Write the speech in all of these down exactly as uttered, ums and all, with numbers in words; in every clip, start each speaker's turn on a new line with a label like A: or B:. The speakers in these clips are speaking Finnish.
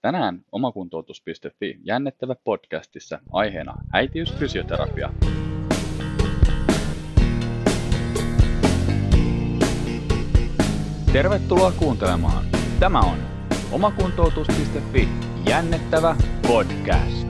A: Tänään omakuntoutus piste fi jännittävä podcastissa aiheena äitiysfysioterapia. Tervetuloa kuuntelemaan. Tämä on omakuntoutus piste fi jännittävä podcast.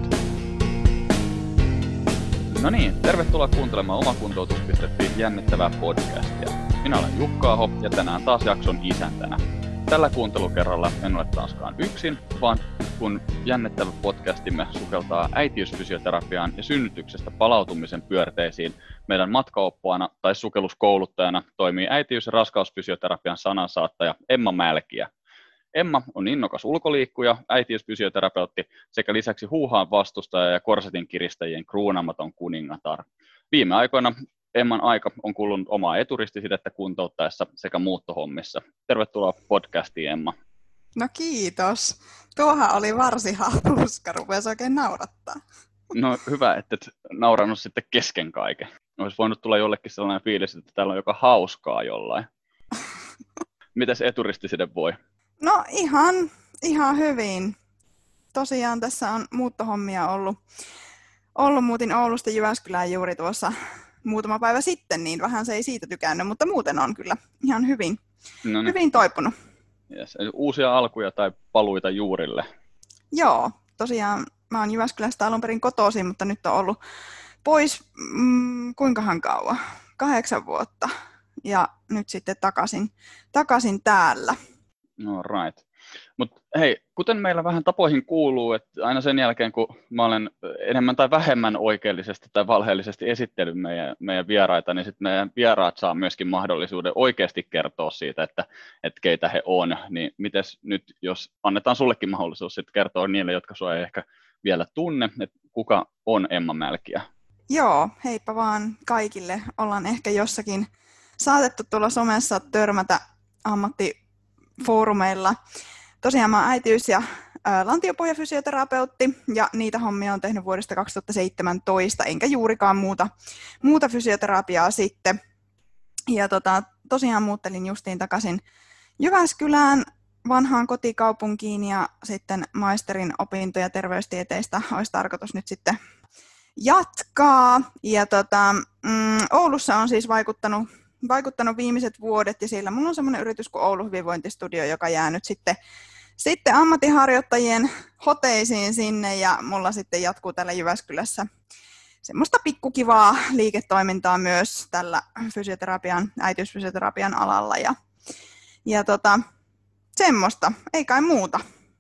A: No niin, tervetuloa kuuntelemaan omakuntoutus piste fi jännittävää podcastia. Minä olen Jukka Aho ja tänään taas jakson isäntänä. Tällä kuuntelukerralla en ole taaskaan yksin, vaan kun jännittävä podcastimme sukeltaa äitiysfysioterapiaan ja synnytyksestä palautumisen pyörteisiin, meidän matkaoppaana tai sukelluskouluttajana toimii äitiys- ja raskausfysioterapian sanansaattaja Emma Mälkiä. Emma on innokas ulkoliikkuja, äitiysfysioterapeutti sekä lisäksi huuhaan vastustaja ja korsetin kiristäjien kruunamaton kuningatar. Viime aikoina Emman aika on kulunut omaa eturistisidettä kuntouttaessa sekä muuttohommissa. Tervetuloa podcastiin, Emma.
B: No kiitos. Tuohan oli varsin hauska, rupesi oikein naurattaa.
A: No hyvä, että et naurannut sitten kesken kaiken. Olisi voinut tulla jollekin sellainen fiilis, että täällä on joka hauskaa jollain. Mites eturistiside voi?
B: No ihan, ihan hyvin. Tosiaan tässä on muuttohommia ollut. Ollut muutin Oulusta Jyväskylään juuri tuossa muutama päivä sitten, niin vähän se ei siitä tykännyt, mutta muuten on kyllä ihan hyvin, no niin. hyvin toipunut.
A: Yes. Uusia alkuja tai paluita juurille?
B: Joo, tosiaan mä oon Jyväskylästä alun perin kotoisin, mutta nyt on ollut pois mm, kuinkahan kauan? Kahdeksan vuotta ja nyt sitten takaisin, takaisin täällä.
A: No right. Mutta hei, kuten meillä vähän tapoihin kuuluu, että aina sen jälkeen, kun mä olen enemmän tai vähemmän oikeellisesti tai valheellisesti esittellyt meidän, meidän vieraita, niin sitten meidän vieraat saa myöskin mahdollisuuden oikeasti kertoa siitä, että, että keitä he on. Niin mites nyt, jos annetaan sullekin mahdollisuus sitten kertoa niille, jotka sua ei ehkä vielä tunne, että kuka on Emma Mälkiä?
B: Joo, heippa vaan kaikille. Ollaan ehkä jossakin saatettu tuolla somessa törmätä ammattifoorumeilla. Tosiaan mä oon äitiys- ja ä, lantiopohjafysioterapeutti ja niitä hommia on tehnyt vuodesta kaksituhattaseitsemäntoista, enkä juurikaan muuta, muuta fysioterapiaa sitten. Ja tota, tosiaan muuttelin justiin takaisin Jyväskylään vanhaan kotikaupunkiin ja sitten maisterin opintoja terveystieteistä olisi tarkoitus nyt sitten jatkaa. Ja tota, mm, Oulussa on siis vaikuttanut, vaikuttanut viimeiset vuodet ja siellä mulla on semmoinen yritys kuin Oulu Hyvinvointistudio, joka jää nyt sitten Sitten ammatinharjoittajien hoteisiin sinne ja mulla sitten jatkuu täällä Jyväskylässä semmoista pikkukivaa liiketoimintaa myös tällä fysioterapian, äitiysfysioterapian alalla ja, ja tota, semmoista, ei kai muuta.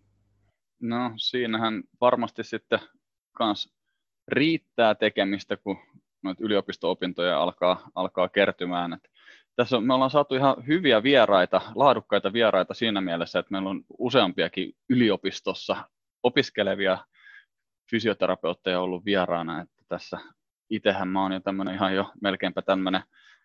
A: No siinähän varmasti sitten kans riittää tekemistä, kun noita yliopisto-opintoja alkaa, alkaa kertymään. Et tässä on, me ollaan saatu ihan hyviä vieraita, laadukkaita vieraita siinä mielessä, että meillä on useampiakin yliopistossa opiskelevia fysioterapeutteja ollut vieraana. Että tässä itsehän mä oon jo tämmöinen ihan jo melkeinpä tämmöinen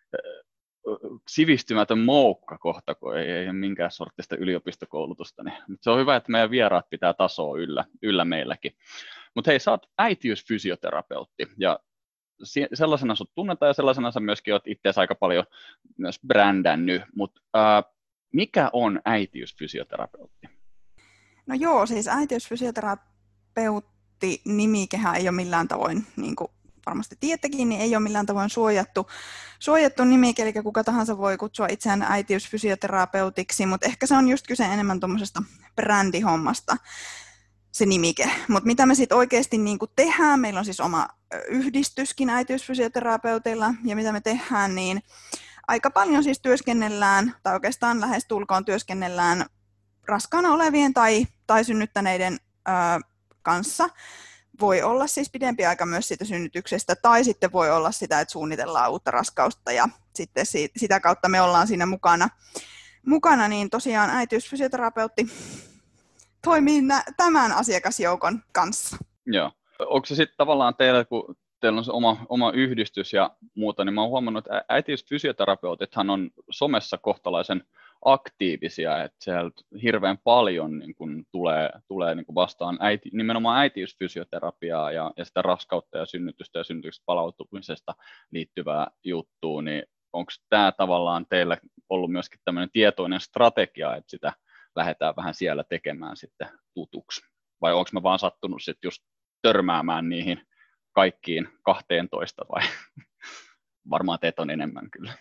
A: sivistymätön moukka kohta, kun ei, ei ole minkään sortista yliopistokoulutusta. Niin. Mutta se on hyvä, että meidän vieraat pitää tasoa yllä, yllä meilläkin. Mutta hei, sä oot äitiysfysioterapeutti ja sellaisena sut tunnetaan ja sellaisena sä myöskin oot itseäsi aika paljon myös brändännyt, mutta äh, mikä on äitiysfysioterapeutti?
B: No joo, siis äitiysfysioterapeutti nimikehän ei ole millään tavoin, niin kuin varmasti tiedättekin, niin ei ole millään tavoin suojattu, suojattu nimike, eli kuka tahansa voi kutsua itseään äitiysfysioterapeutiksi, mutta ehkä se on just kyse enemmän tuommoisesta brändihommasta. Se nimike. Mutta mitä me sitten oikeasti niinku tehdään, meillä on siis oma yhdistyskin äitiysfysioterapeuteilla, ja mitä me tehdään, niin aika paljon siis työskennellään, tai oikeastaan lähes tulkoon työskennellään raskaana olevien tai, tai synnyttäneiden ö, kanssa. Voi olla siis pidempi aika myös siitä synnytyksestä, tai sitten voi olla sitä, että suunnitellaan uutta raskausta, ja sitten si- sitä kautta me ollaan siinä mukana. Mukana niin tosiaan äitiysfysioterapeutti toimii nä- tämän asiakasjoukon kanssa.
A: Joo. Onko se sitten tavallaan teillä, kun teillä on se oma, oma yhdistys ja muuta, niin mä oon huomannut, että äitiysfysioterapeutithan on somessa kohtalaisen aktiivisia, että sieltä hirveän paljon niin kun tulee, tulee niin kun vastaan äiti, nimenomaan äitiysfysioterapiaa ja, ja sitä raskautta ja synnytystä ja synnytyksestä palautumisesta liittyvää juttua, niin onko tämä tavallaan teillä ollut myöskin tämmöinen tietoinen strategia, että sitä lähdetään vähän siellä tekemään sitten tutuksi? vai onko mä vaan sattunut sitten just törmäämään niihin kaikkiin kahteentoista vai varmaan teet on enemmän kyllä.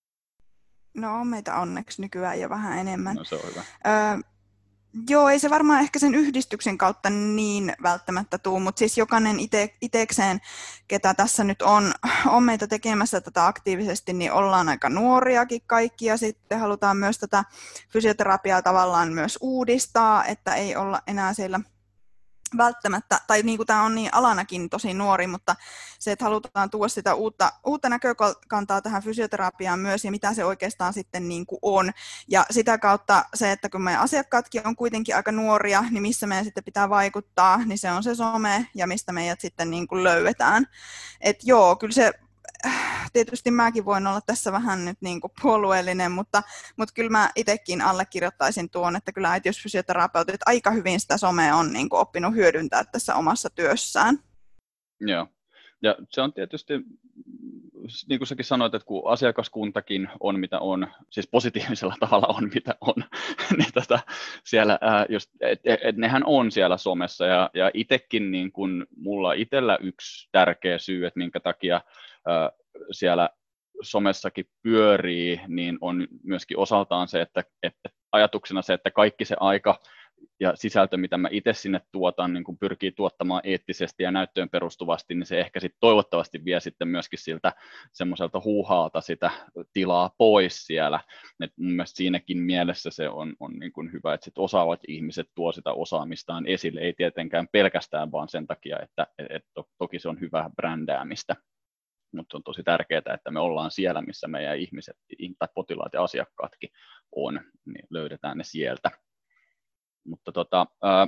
B: No meitä onneksi nykyään jo vähän enemmän.
A: No se on hyvä.
B: Öö, joo, ei se varmaan ehkä sen yhdistyksen kautta niin välttämättä tuu, mutta siis jokainen ite, itekseen, ketä tässä nyt on, on meitä tekemässä tätä aktiivisesti, niin ollaan aika nuoriakin kaikki ja sitten halutaan myös tätä fysioterapiaa tavallaan myös uudistaa, että ei olla enää siellä välttämättä, tai niin kuin tämä on niin alanakin tosi nuori, mutta se, että halutaan tuoda sitä uutta, uutta näkökantaa tähän fysioterapiaan myös, ja mitä se oikeastaan sitten niin kuin on. Ja sitä kautta se, että kun meidän asiakkaatkin on kuitenkin aika nuoria, niin missä meidän sitten pitää vaikuttaa, niin se on se some, ja mistä meidät sitten niin kuin löydetään. Että joo, kyllä se tietysti mäkin voin olla tässä vähän nyt niin kuin puolueellinen, mutta, mutta kyllä mä itsekin allekirjoittaisin tuon, että kyllä äitiysfysioterapeutit aika hyvin sitä somea on niin kuin oppinut hyödyntää tässä omassa työssään.
A: Joo, ja se on tietysti, niin kuin säkin sanoit, että kun asiakaskuntakin on mitä on, siis positiivisella tavalla on mitä on, niin tota, siellä, ää, just, et, et nehän on siellä somessa, ja, ja itsekin niin kun mulla itsellä yksi tärkeä syy, että minkä takia ää, siellä somessakin pyörii, niin on myöskin osaltaan se, että, että ajatuksena se, että kaikki se aika ja sisältö, mitä mä itse sinne tuotan, niin kun pyrkii tuottamaan eettisesti ja näyttöön perustuvasti, niin se ehkä sit toivottavasti vie sitten myöskin siltä semmoiselta huuhaalta sitä tilaa pois siellä. Et mun mielestä siinäkin mielessä se on, on niin kun hyvä, että sit osaavat ihmiset tuo sitä osaamistaan esille, ei tietenkään pelkästään vaan sen takia, että et to, toki se on hyvää brändäämistä. Mutta on tosi tärkeää, että me ollaan siellä, missä meidän ihmiset tai potilaat ja asiakkaatkin on, niin löydetään ne sieltä. Mutta tota, ää,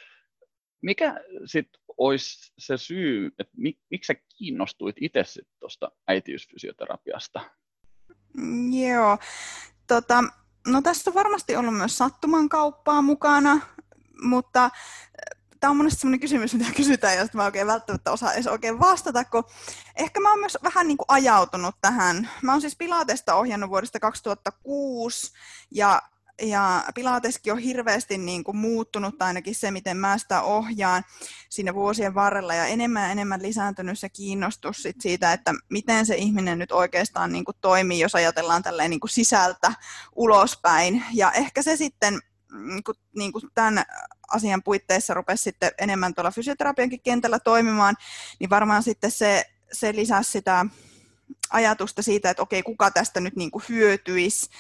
A: mikä sitten olisi se syy, että mik, miksi sä kiinnostuit itse tuosta äitiysfysioterapiasta?
B: Joo, tota, no tässä on varmasti ollut myös sattuman kauppaa mukana, mutta tämä on monesti sellainen kysymys, mitä kysytään, josta mä oikein välttämättä osaa edes oikein vastata, kun ehkä mä oon myös vähän niin kuin ajautunut tähän. Mä oon siis Pilatesta ohjannut vuodesta kaksituhattakuusi, ja, ja Pilateskin on hirveästi niin kuin muuttunut, tai ainakin se, miten mä sitä ohjaan siinä vuosien varrella, ja enemmän ja enemmän lisääntynyt se kiinnostus sit siitä, että miten se ihminen nyt oikeastaan niin kuin toimii, jos ajatellaan tälleen niin kuin sisältä ulospäin, ja ehkä se sitten kun, niin kuin tämän asian puitteissa rupesi sitten enemmän tuolla fysioterapiankin kentällä toimimaan, niin varmaan sitten se, se lisäsi sitä ajatusta siitä, että okei, kuka tästä nyt niin kuin hyötyisi,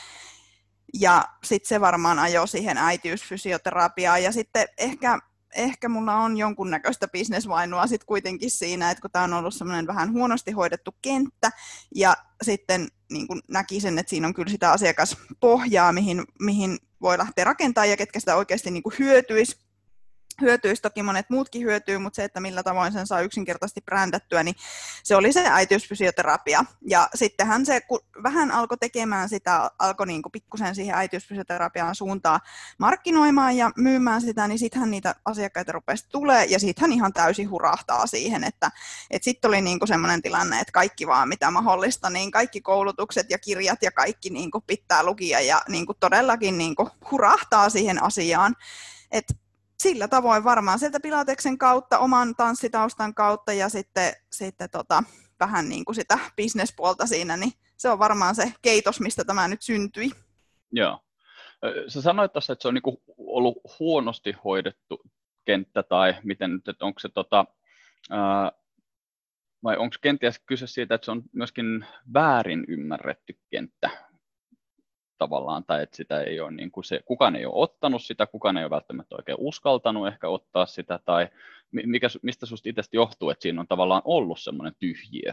B: ja sitten se varmaan ajoi siihen äitiysfysioterapiaan, ja sitten ehkä, ehkä mulla on jonkunnäköistä bisnesvainua sitten kuitenkin siinä, että kun tämä on ollut semmoinen vähän huonosti hoidettu kenttä, ja sitten niin kuin näkisin, että siinä on kyllä sitä asiakaspohjaa, mihin, mihin voi lähteä rakentamaan ja ketkä sitä oikeasti niin kuin hyötyisi. Hyötyisi, toki monet muutkin hyötyy, mutta se, että millä tavoin sen saa yksinkertaisesti brändättyä, niin se oli se äitiysfysioterapia. Ja sittenhän se, kun vähän alkoi tekemään sitä, alkoi niin kuin pikkusen siihen äitiysfysioterapian suuntaan markkinoimaan ja myymään sitä, niin sittenhän niitä asiakkaita rupesi tulee ja sittenhän ihan täysin hurahtaa siihen, että, että sitten oli niin kuin semmoinen tilanne, että kaikki vaan mitä mahdollista, niin kaikki koulutukset ja kirjat ja kaikki niin kuin pitää lukia ja niin kuin todellakin niin kuin hurahtaa siihen asiaan. Et sillä tavoin varmaan sieltä Pilateksen kautta, oman tanssitaustan kautta ja sitten, sitten tota, vähän niin kuin sitä bisnespuolta siinä, niin se on varmaan se keitos, mistä tämä nyt syntyi.
A: Joo. Sä sanoit tuossa, että se on niin kuin ollut huonosti hoidettu kenttä, tai miten nyt, että onko se tota, ää, vai onko kenties kyse siitä, että se on myöskin väärin ymmärretty kenttä tavallaan, tai että sitä ei ole, niin kuin se, kukaan ei ole ottanut sitä, kukaan ei ole välttämättä oikein uskaltanut ehkä ottaa sitä, tai mikä, mistä susta itsestä johtuu, että siinä on tavallaan ollut semmoinen tyhjiö?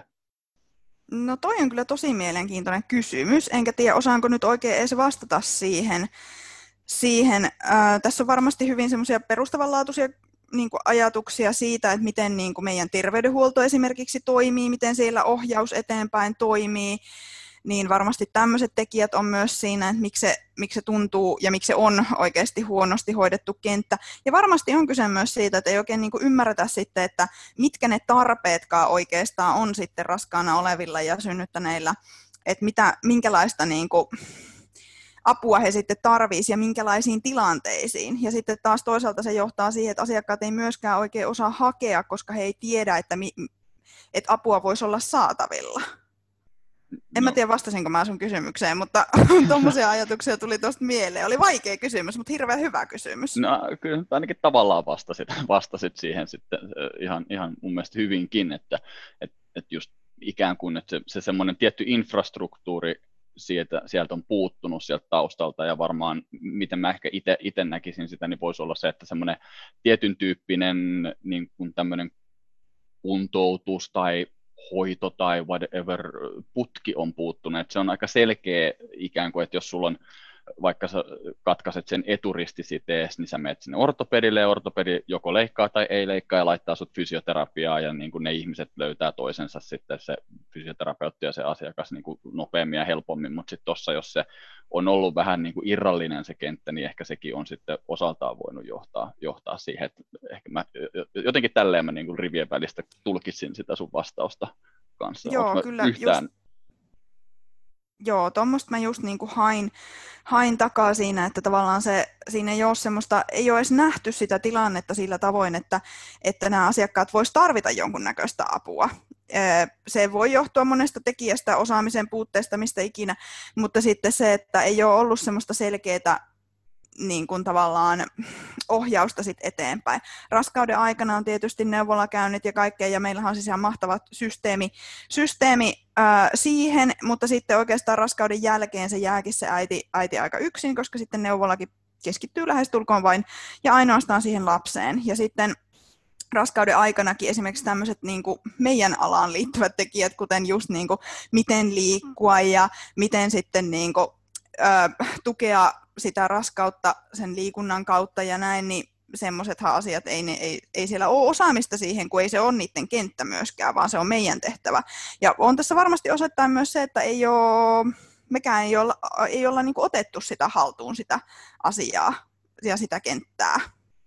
B: No toi on kyllä tosi mielenkiintoinen kysymys, enkä tiedä osaanko nyt oikein edes vastata siihen. siihen. Ää, tässä on varmasti hyvin semmoisia perustavanlaatuisia niin kuin ajatuksia siitä, että miten niin kuin meidän terveydenhuolto esimerkiksi toimii, miten siellä ohjaus eteenpäin toimii, niin varmasti tämmöiset tekijät on myös siinä, että miksi se, miksi se tuntuu ja miksi se on oikeasti huonosti hoidettu kenttä. Ja varmasti on kyse myös siitä, että ei oikein niin kuin ymmärretä sitten, että mitkä ne tarpeetkaan oikeastaan on sitten raskaana olevilla ja synnyttäneillä, että mitä, minkälaista niin kuin apua he sitten tarvitsisivat ja minkälaisiin tilanteisiin. Ja sitten taas toisaalta se johtaa siihen, että asiakkaat ei myöskään oikein osaa hakea, koska he ei tiedä, että, mi, että apua voisi olla saatavilla. En no. mä tiedä, vastasinko mä sun kysymykseen, mutta tuommoisia ajatuksia tuli tuosta mieleen. Oli vaikea kysymys, mutta hirveän hyvä kysymys.
A: No kyllä ainakin tavallaan vastasit, vastasit siihen sitten ihan, ihan mun mielestä hyvinkin, että, että, että just ikään kuin että se, se semmoinen tietty infrastruktuuri sieltä, sieltä on puuttunut sieltä taustalta ja varmaan miten mä ehkä itse näkisin sitä, niin voisi olla se, että semmoinen tietyn tyyppinen niin kuin tämmöinen kuntoutus tai hoito tai whatever putki on puuttunut. Että se on aika selkeä ikään kuin, että jos sulla on, vaikka sä katkaiset sen eturistisitees, niin sä menet sinne ortopedille ja ortopedi joko leikkaa tai ei leikkaa ja laittaa sut fysioterapiaa ja niin kuin ne ihmiset löytää toisensa sitten se fysioterapeutti ja se asiakas niin kuin nopeammin ja helpommin, mutta sitten tuossa jos se on ollut vähän niin kuin irrallinen se kenttä, niin ehkä sekin on sitten osaltaan voinut johtaa, johtaa siihen, että ehkä mä jotenkin tälleen mä niin kuin rivien välistä tulkitsin sitä sun vastausta kanssa.
B: Joo, kyllä. Yhtään... Just... Joo, tuommoista mä just niin kuin hain, hain takaa siinä, että tavallaan se, siinä ei ole semmoista, ei ole edes nähty sitä tilannetta sillä tavoin, että, että nämä asiakkaat vois tarvita jonkunnäköistä apua. Se voi johtua monesta tekijästä, osaamisen puutteesta, mistä ikinä, mutta sitten se, että ei ole ollut semmoista selkeää niin kuin tavallaan ohjausta sit eteenpäin. Raskauden aikana on tietysti neuvolakäynnit ja kaikkea, ja meillähän on siis ihan mahtava systeemi, systeemi ää, siihen, mutta sitten oikeastaan raskauden jälkeen se jääkin se äiti, äiti aika yksin, koska sitten neuvolakin keskittyy lähestulkoon vain ja ainoastaan siihen lapseen. Ja sitten raskauden aikanakin esimerkiksi tämmöiset niin kuin meidän alaan liittyvät tekijät, kuten just niin kuin miten liikkua ja miten sitten niin kuin, ää, tukea sitä raskautta sen liikunnan kautta ja näin, niin semmoisethan asiat, ei, ne, ei, ei siellä ole osaamista siihen, kun ei se ole niiden kenttä myöskään, vaan se on meidän tehtävä. Ja on tässä varmasti osittain myös se, että ei ole, mekään ei olla, ei olla niin kuin otettu sitä haltuun sitä asiaa ja sitä kenttää.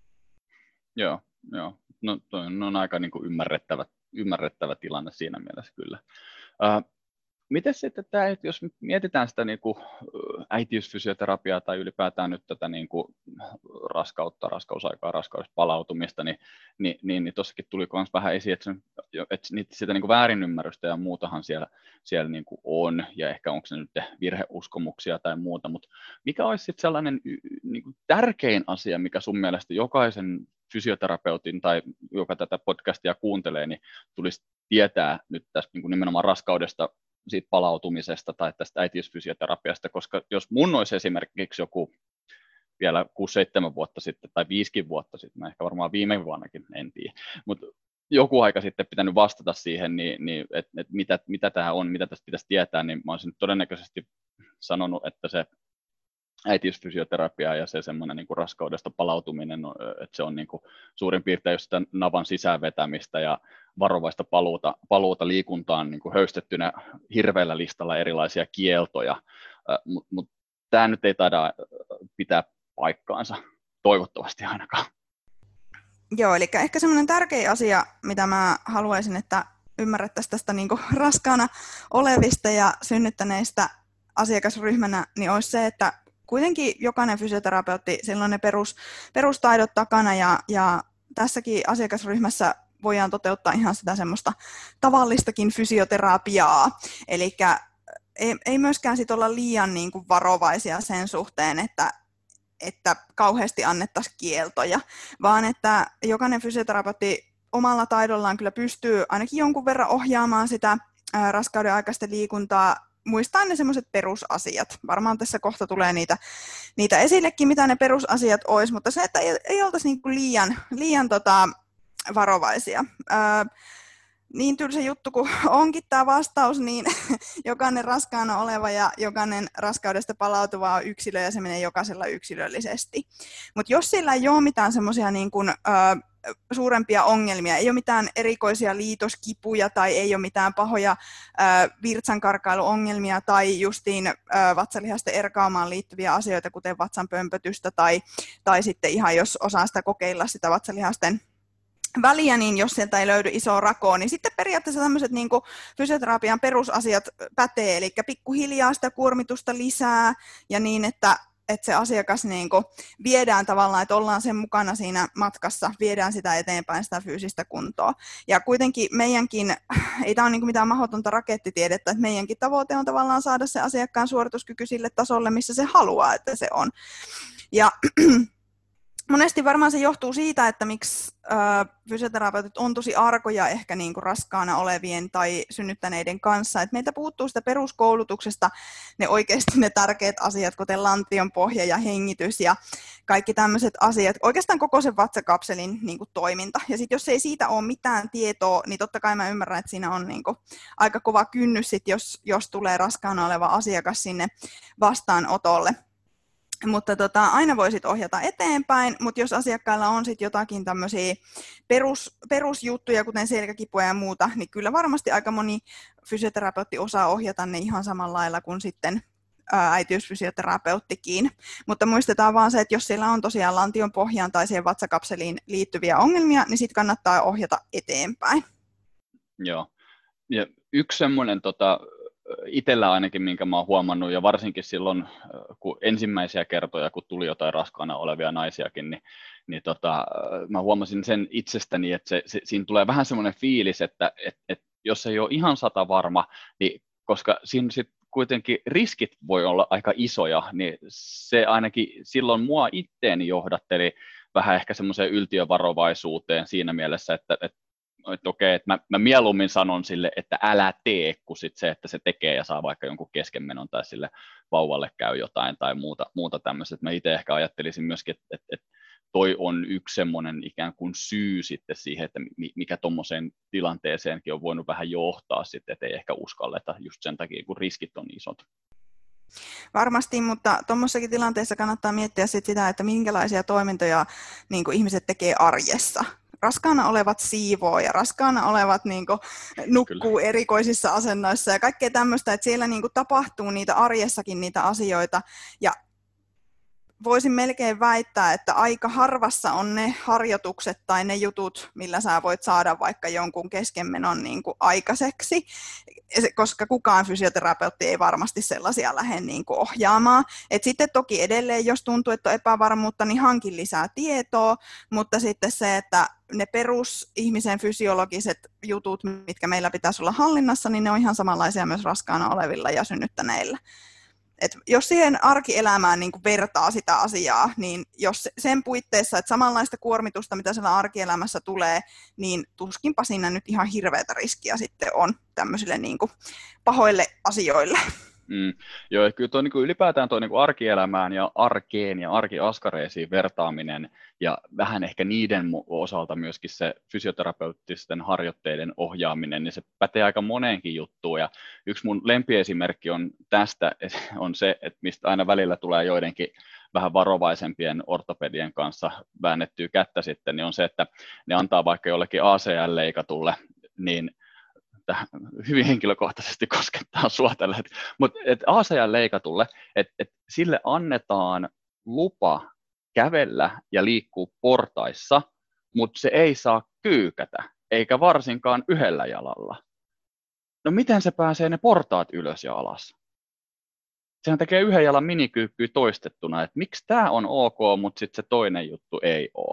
A: Joo, joo. No toi on aika niin kuin ymmärrettävä, ymmärrettävä tilanne siinä mielessä kyllä. Uh, Miten sitten tämä, jos mietitään sitä niin kuin äitiysfysioterapiaa tai ylipäätään nyt tätä niin kuin raskautta, raskausaikaa, raskauspalautumista, niin, niin, niin, niin tuossakin tuli myös vähän esiin, että, sen, että sitä niin kuin väärinymmärrystä ja muutahan siellä, siellä niin kuin on, ja ehkä onko se nyt virheuskomuksia tai muuta, mutta mikä olisi sitten sellainen niin kuin tärkein asia, mikä sun mielestä jokaisen fysioterapeutin tai joka tätä podcastia kuuntelee, niin tulisi tietää nyt tästä niin kuin nimenomaan raskaudesta, siitä palautumisesta tai tästä äitiysfysioterapiasta, koska jos mun olisi esimerkiksi joku vielä kuusi seitsemän vuotta sitten tai viisikin vuotta sitten, ehkä varmaan viime vuonnakin, en tiedä, mutta joku aika sitten pitänyt vastata siihen, niin, niin että et mitä, mitä tämä on, mitä tästä pitäisi tietää, niin mä olisin todennäköisesti sanonut, että se äitiysfysioterapia ja se semmoinen niin kuin raskaudesta palautuminen, että se on niin kuin suurin piirtein just sitä navan sisäänvetämistä ja varovaista paluuta, paluuta liikuntaan niin kuin höystettynä hirveällä listalla erilaisia kieltoja, mutta mut, tämä nyt ei taida pitää paikkaansa, toivottavasti ainakaan.
B: Joo, eli ehkä semmoinen tärkeä asia, mitä mä haluaisin, että ymmärrettäisiin tästä niin kuin raskaana olevista ja synnyttäneistä asiakasryhmänä, niin olisi se, että kuitenkin jokainen fysioterapeutti, sillä on ne perus, perustaidot takana ja, ja tässäkin asiakasryhmässä voidaan toteuttaa ihan sitä semmoista tavallistakin fysioterapiaa. Eli ei, ei myöskään sit olla liian niin kuin varovaisia sen suhteen, että, että kauheasti annettaisiin kieltoja, vaan että jokainen fysioterapeutti omalla taidollaan kyllä pystyy ainakin jonkun verran ohjaamaan sitä ää, raskauden aikaista liikuntaa, muistaa ne semmoiset perusasiat. Varmaan tässä kohta tulee niitä, niitä esillekin, mitä ne perusasiat olisi, mutta se, että ei, ei oltaisi niinku liian, liian tota, varovaisia. Öö, niin tylsä juttu kuin onkin tämä vastaus, niin jokainen raskaana oleva ja jokainen raskaudesta palautuva on yksilö ja se menee jokaisella yksilöllisesti. Mutta jos sillä ei ole mitään semmoisia niin kuin, öö, suurempia ongelmia, ei ole mitään erikoisia liitoskipuja tai ei ole mitään pahoja äh, virtsankarkailuongelmia tai justiin äh, vatsalihasten erkaumaan liittyviä asioita, kuten vatsan pömpötystä tai, tai sitten ihan jos osaa sitä kokeilla sitä vatsalihasten väliä, niin jos sieltä ei löydy isoa rakoa, niin sitten periaatteessa tämmöiset niin kuin fysioterapian perusasiat pätee, eli pikkuhiljaa sitä kuormitusta lisää ja niin, että, että se asiakas niin kuin viedään tavallaan, että ollaan sen mukana siinä matkassa, viedään sitä eteenpäin, sitä fyysistä kuntoa. Ja kuitenkin meidänkin, ei tämä ole niin kuin mitään mahdotonta rakettitiedettä, että meidänkin tavoite on tavallaan saada se asiakkaan suorituskyky sille tasolle, missä se haluaa, että se on. Ja monesti varmaan se johtuu siitä, että miksi äh, fysioterapeutit on tosi arkoja ehkä niin kuin raskaana olevien tai synnyttäneiden kanssa. Et meiltä puuttuu sitä peruskoulutuksesta ne oikeasti ne tärkeät asiat, kuten lantion pohja ja hengitys ja kaikki tämmöiset asiat. Oikeastaan koko sen vatsakapselin niin kuin toiminta. Ja sitten jos ei siitä ole mitään tietoa, niin totta kai mä ymmärrän, että siinä on niin kuin aika kova kynnys, sit jos, jos tulee raskaana oleva asiakas sinne vastaanotolle. Mutta tota, aina voisit ohjata eteenpäin, mutta jos asiakkailla on sit jotakin tämmöisiä perus, perusjuttuja, kuten selkäkipuja ja muuta, niin kyllä varmasti aika moni fysioterapeutti osaa ohjata ne ihan samalla lailla kuin sitten ää, äitiysfysioterapeuttikin. Mutta muistetaan vaan se, että jos siellä on tosiaan lantion pohjaan tai siihen vatsakapseliin liittyviä ongelmia, niin sitten kannattaa ohjata eteenpäin.
A: Joo. Ja yksi semmoinen tota... itsellä ainakin, minkä mä oon huomannut, ja varsinkin silloin, kun ensimmäisiä kertoja, kun tuli jotain raskaana olevia naisiakin, niin, niin tota, mä huomasin sen itsestäni, että se, se, siinä tulee vähän semmoinen fiilis, että et, et jos ei ole ihan sata varma, niin koska siinä sit kuitenkin riskit voi olla aika isoja, niin se ainakin silloin mua itteeni johdatteli vähän ehkä semmoiseen yltiövarovaisuuteen siinä mielessä, että, että että okei, että mä, mä mieluummin sanon sille, että älä tee, kuin sit se, että se tekee ja saa vaikka jonkun keskenmenon tai sille vauvalle käy jotain tai muuta, muuta tämmöistä. Mä itse ehkä ajattelisin myöskin, että, että, että toi on yksi semmoinen ikään kuin syy sitten siihen, että mikä tuommoiseen tilanteeseenkin on voinut vähän johtaa sitten, että ei ehkä uskalleta just sen takia, kun riskit on isot.
B: Varmasti, mutta tuommoisessakin tilanteessa kannattaa miettiä sit sitä, että minkälaisia toimintoja niin kuin ihmiset tekee arjessa. Raskaana olevat siivoo ja raskaana olevat niin kuin, nukkuu Kyllä. erikoisissa asennoissa ja kaikkea tämmöistä, että siellä niin kuin, tapahtuu niitä arjessakin niitä asioita ja voisin melkein väittää, että aika harvassa on ne harjoitukset tai ne jutut, millä sä voit saada vaikka jonkun keskenmenon niin kuin aikaiseksi, koska kukaan fysioterapeutti ei varmasti sellaisia lähde niin kuin ohjaamaan. Et sitten toki edelleen, jos tuntuu, että on epävarmuutta, niin hankin lisää tietoa, mutta sitten se, että ne perusihmisen fysiologiset jutut, mitkä meillä pitäisi olla hallinnassa, niin ne on ihan samanlaisia myös raskaana olevilla ja synnyttäneillä. Et jos siihen arkielämään niin kuin vertaa sitä asiaa, niin jos sen puitteissa, että samanlaista kuormitusta, mitä siellä arkielämässä tulee, niin tuskinpa siinä nyt ihan hirveätä riskiä sitten on tämmöisille niin kuin pahoille asioille.
A: Mm, joo, kyllä tuo niin kuin ylipäätään tuo niin kuin arkielämään ja arkeen ja arkiaskareisiin vertaaminen ja vähän ehkä niiden osalta myöskin se fysioterapeuttisten harjoitteiden ohjaaminen, niin se pätee aika moneenkin juttuun. Ja yksi mun lempiesimerkki on tästä on se, että mistä aina välillä tulee joidenkin vähän varovaisempien ortopedien kanssa väännettyä kättä sitten, niin on se, että ne antaa vaikka jollekin A C L-leikatulle, niin hyvin henkilökohtaisesti koskettaa sua tällä hetkellä, mutta A C L-leikatulle, että et sille annetaan lupa kävellä ja liikkua portaissa, mutta se ei saa kyykätä, eikä varsinkaan yhdellä jalalla. No miten se pääsee ne portaat ylös ja alas? Sehän tekee yhden jalan minikyykkyä toistettuna, että miksi tämä on ok, mutta sitten se toinen juttu ei ole.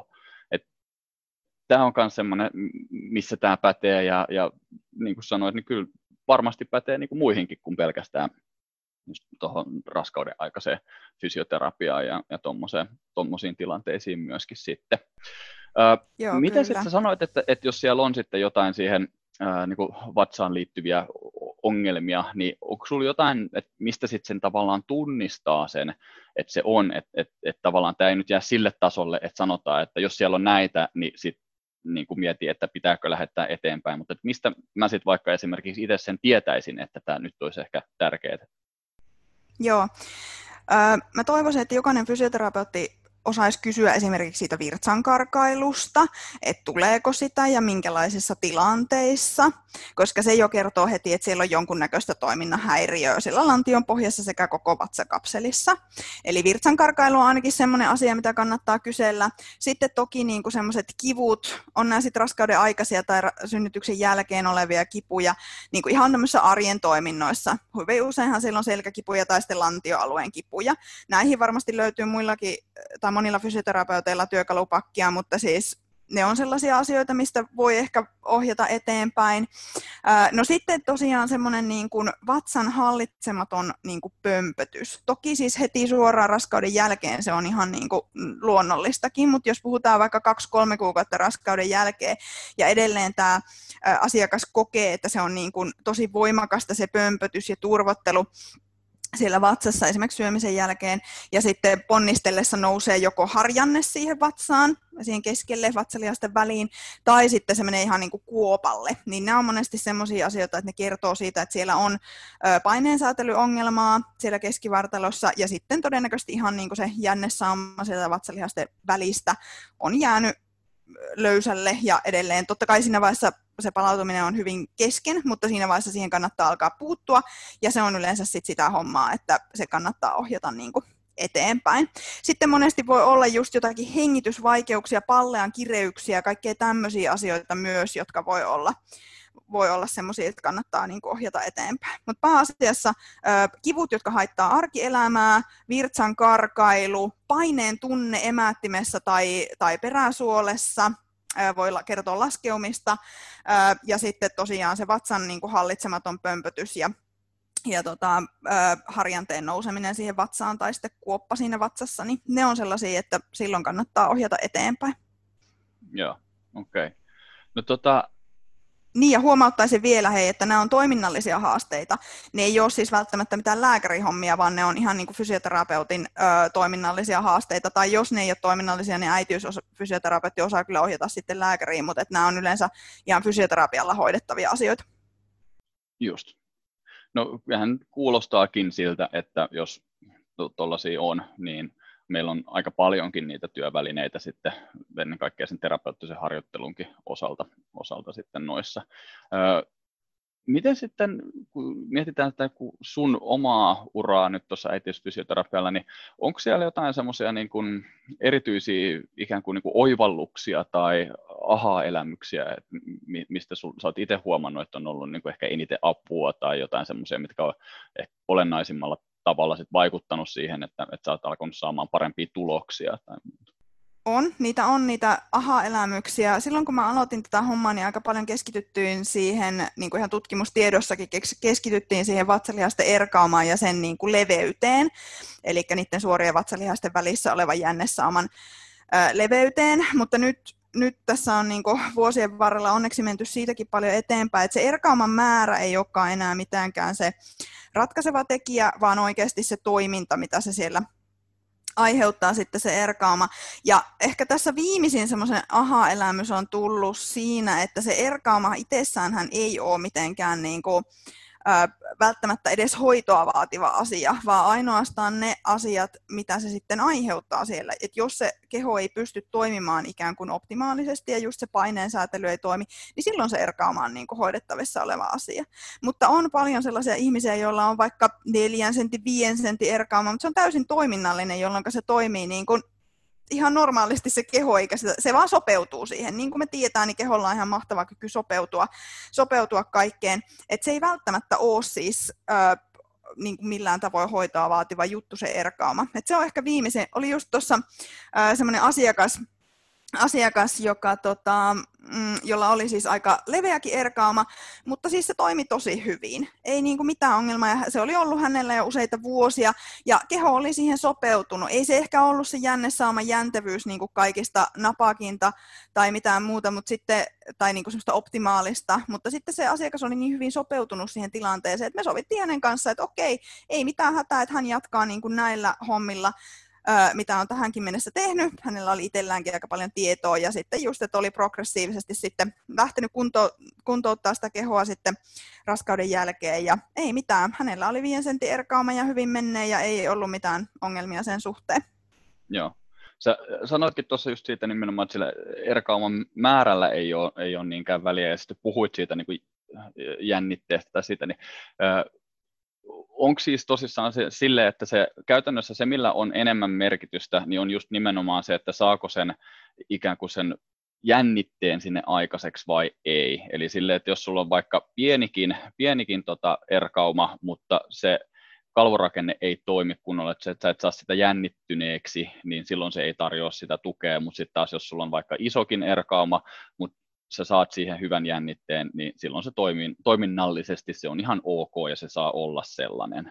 A: Tämä on myös semmoinen, missä tämä pätee, ja, ja niin kuin sanoit, niin kyllä varmasti pätee niin kuin muihinkin kuin pelkästään tuohon raskauden aikaiseen fysioterapiaan ja, ja tuommoisiin tilanteisiin myöskin sitten. Ää,
B: Joo,
A: miten sitten sä sanoit, että, että jos siellä on sitten jotain siihen ää, niin kuin vatsaan liittyviä ongelmia, niin onko sulla jotain, että mistä sitten sen tavallaan tunnistaa sen, että se on, että, että, että tavallaan tämä ei nyt jää sille tasolle, että sanotaan, että jos siellä on näitä, niin sitten niin kuin mietin, että pitääkö lähettää eteenpäin, mutta mistä mä sitten vaikka esimerkiksi itse sen tietäisin, että tämä nyt olisi ehkä tärkeää?
B: Joo. Mä toivoisin, että jokainen fysioterapeutti osaisi kysyä esimerkiksi siitä virtsankarkailusta, että tuleeko sitä ja minkälaisissa tilanteissa, koska se jo kertoo heti, että siellä on jonkunnäköistä toiminnan häiriöä sillä lantion pohjassa sekä koko vatsakapselissa. Eli virtsankarkailu on ainakin semmoinen asia, mitä kannattaa kysellä. Sitten toki niin kuin semmoiset kivut, on nämä sitten raskauden aikaisia tai synnytyksen jälkeen olevia kipuja, niin kuin ihan tämmöisissä arjen toiminnoissa. Hyvin useinhan siellä on selkäkipuja tai sitten lantioalueen kipuja. Näihin varmasti löytyy muillakin tai monilla fysioterapeuteilla työkalupakkia, mutta siis ne on sellaisia asioita, mistä voi ehkä ohjata eteenpäin. No sitten tosiaan semmoinen niin kuin vatsan hallitsematon niin kuin pömpötys. Toki siis heti suoraan raskauden jälkeen se on ihan niin kuin luonnollistakin, mutta jos puhutaan vaikka kaksi kolme kuukautta raskauden jälkeen ja edelleen tämä asiakas kokee, että se on niin kuin tosi voimakasta se pömpötys ja turvottelu siellä vatsassa esimerkiksi syömisen jälkeen, ja sitten ponnistellessa nousee joko harjanne siihen vatsaan, siihen keskelle vatsalihasten väliin, tai sitten se menee ihan niin kuin kuopalle. Niin nämä on monesti sellaisia asioita, että ne kertoo siitä, että siellä on paineensäätelyongelmaa siellä keskivartalossa, ja sitten todennäköisesti ihan niin kuin se jännesauma sieltä vatsalihasten välistä on jäänyt löysälle, ja edelleen totta kai siinä vaiheessa se palautuminen on hyvin kesken, mutta siinä vaiheessa siihen kannattaa alkaa puuttua, ja se on yleensä sit sitä hommaa, että se kannattaa ohjata niin kuin eteenpäin. Sitten monesti voi olla just jotakin hengitysvaikeuksia, pallean kireyksiä, kaikkea tämmöisiä asioita myös, jotka voi olla, voi olla semmoisia, että kannattaa niin kuin ohjata eteenpäin. Mutta pääasiassa kivut, jotka haittaa arkielämää, virtsan karkailu, paineen tunne emäättimessä tai, tai peräsuolessa, voi kertoa laskeumista, ja sitten tosiaan se vatsan niin kuin hallitsematon pömpötys ja, ja tota, harjanteen nouseminen siihen vatsaan tai sitten kuoppa siinä vatsassa, niin ne on sellaisia, että silloin kannattaa ohjata eteenpäin.
A: Joo, okei. Okay. No tota...
B: Niin, ja huomauttaisin vielä, hei, että nämä on toiminnallisia haasteita. Ne ei ole siis välttämättä mitään lääkärihommia, vaan ne on ihan niin kuin fysioterapeutin ö, toiminnallisia haasteita. Tai jos ne ei ole toiminnallisia, niin äitiysfysioterapeutti osaa kyllä ohjata sitten lääkäriin, mutta että nämä on yleensä ihan fysioterapialla hoidettavia asioita.
A: Just. No, vähän kuulostaakin siltä, että jos tuollaisia on, niin meillä on aika paljonkin niitä työvälineitä sitten ennen kaikkea sen terapeuttisen harjoittelunkin osalta, osalta sitten noissa. Öö, miten sitten, kun mietitään sitä sun omaa uraa nyt tuossa äitiysfysioterapialla, niin onko siellä jotain semmoisia niin kuin erityisiä ikään kuin, niin kuin oivalluksia tai aha-elämyksiä, mistä sun, sä oot itse huomannut, että on ollut niin kuin ehkä eniten apua tai jotain semmoisia, mitkä on ehkä olennaisimmalla tavalla sit vaikuttanut siihen, että, että sä oot alkanut saamaan parempia tuloksia? Tai...
B: On, niitä on niitä aha-elämyksiä. Silloin kun mä aloitin tätä hommaa, niin aika paljon keskityttiin siihen, niin kuin ihan tutkimustiedossakin keskityttiin siihen vatsalihasten erkaumaan ja sen niin kuin leveyteen, eli niiden suorien vatsalihasten välissä olevan jännesauman ää, leveyteen, mutta nyt Nyt tässä on niin kuin vuosien varrella onneksi menty siitäkin paljon eteenpäin, että se erkauman määrä ei olekaan enää mitäänkään se ratkaiseva tekijä, vaan oikeasti se toiminta, mitä se siellä aiheuttaa sitten se erkauma. Ja ehkä tässä viimeisin semmoisen aha-elämys on tullut siinä, että se erkauma itsessäänhän ei ole mitenkään niin kuin välttämättä edes hoitoa vaativa asia, vaan ainoastaan ne asiat, mitä se sitten aiheuttaa siellä. Et jos se keho ei pysty toimimaan ikään kuin optimaalisesti ja just se paineensäätely ei toimi, niin silloin se erkauma on niin kuin hoidettavissa oleva asia. Mutta on paljon sellaisia ihmisiä, joilla on vaikka neljän sentin, viien sentin erkauma, mutta se on täysin toiminnallinen, jolloin se toimii niin kuin ihan normaalisti se keho, eikä sitä, se vaan sopeutuu siihen. Niin kuin me tiedetään, niin keholla on ihan mahtava kyky sopeutua, sopeutua kaikkeen. Et se ei välttämättä ole siis äh, niin kuin millään tavoin hoitoa vaativa juttu se erkauma. Et se on ehkä viimeisen, oli just tuossa äh, semmoinen asiakas, asiakas joka, tota, mm, jolla oli siis aika leveäkin erkauma, mutta siis se toimi tosi hyvin. Ei niin kuin mitään ongelmaa, ja se oli ollut hänellä jo useita vuosia, ja keho oli siihen sopeutunut. Ei se ehkä ollut se jännesauman jäntevyys niin kuin kaikista napakinta tai mitään muuta, mutta sitten, tai niin kuin semmoista optimaalista, mutta sitten se asiakas oli niin hyvin sopeutunut siihen tilanteeseen, että me sovittiin hänen kanssaan, että okei, ei mitään hätää, että hän jatkaa niin kuin näillä hommilla, mitä on tähänkin mennessä tehnyt. Hänellä oli itselläänkin aika paljon tietoa, ja sitten just, että oli progressiivisesti sitten lähtenyt kunto, kuntouttaa sitä kehoa sitten raskauden jälkeen, ja ei mitään. Hänellä oli viiden sentin erkauma ja hyvin menee, ja ei ollut mitään ongelmia sen suhteen.
A: Joo. Sä sanoitkin tuossa just siitä nimenomaan, että sillä erkauman määrällä ei ole, ei ole niinkään väliä, ja sitten puhuit siitä niin kuin jännitteestä tai siitä, niin onko siis tosissaan se, sille, että se käytännössä se, millä on enemmän merkitystä, niin on just nimenomaan se, että saako sen ikään kuin sen jännitteen sinne aikaiseksi vai ei. Eli sille, että jos sulla on vaikka pienikin, pienikin tota erkauma, mutta se kalvorakenne ei toimi kunnolla, että sä et saa sitä jännittyneeksi, niin silloin se ei tarjoa sitä tukea, mutta sitten taas jos sulla on vaikka isokin erkauma, mutta sä saat siihen hyvän jännitteen, niin silloin se toimin, toiminnallisesti se on ihan ok ja se saa olla sellainen.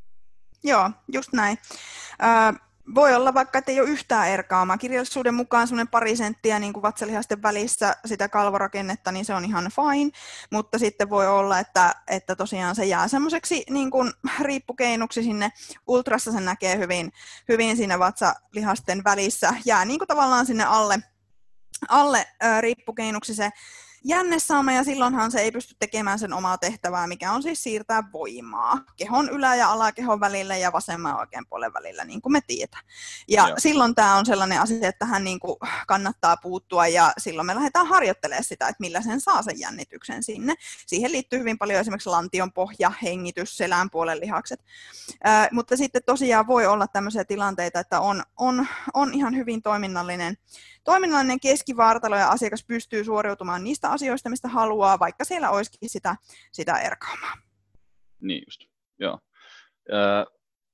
B: Joo, just näin. Äh, voi olla vaikka, että ei ole yhtään erkaumaa. Kirjallisuuden mukaan semmoinen pari senttiä niin kuin vatsalihasten välissä sitä kalvorakennetta, niin se on ihan fine, mutta sitten voi olla, että, että tosiaan se jää semmoiseksi niin kuin riippukeinuksi sinne. Ultrassa sen näkee hyvin, hyvin siinä vatsalihasten välissä. Jää niin kuin tavallaan sinne alle, alle äh, riippukeinuksi se jännesaama, ja silloinhan se ei pysty tekemään sen omaa tehtävää, mikä on siis siirtää voimaa kehon ylä- ja alakehon välillä ja vasemman ja oikean puolen välillä, niin kuin me tiedetään. Ja Joo. silloin tämä on sellainen asia, että tähän niin kuin kannattaa puuttua, ja silloin me lähdetään harjoittelemaan sitä, että millä sen saa sen jännityksen sinne. Siihen liittyy hyvin paljon esimerkiksi lantion pohja, hengitys, selän puolen lihakset. Äh, mutta sitten tosiaan voi olla tämmöisiä tilanteita, että on, on, on ihan hyvin toiminnallinen Toiminnallinen keskivartalo ja asiakas pystyy suoriutumaan niistä asioista, mistä haluaa, vaikka siellä olisikin sitä, sitä erkaumaa.
A: Niin just, joo. Öö,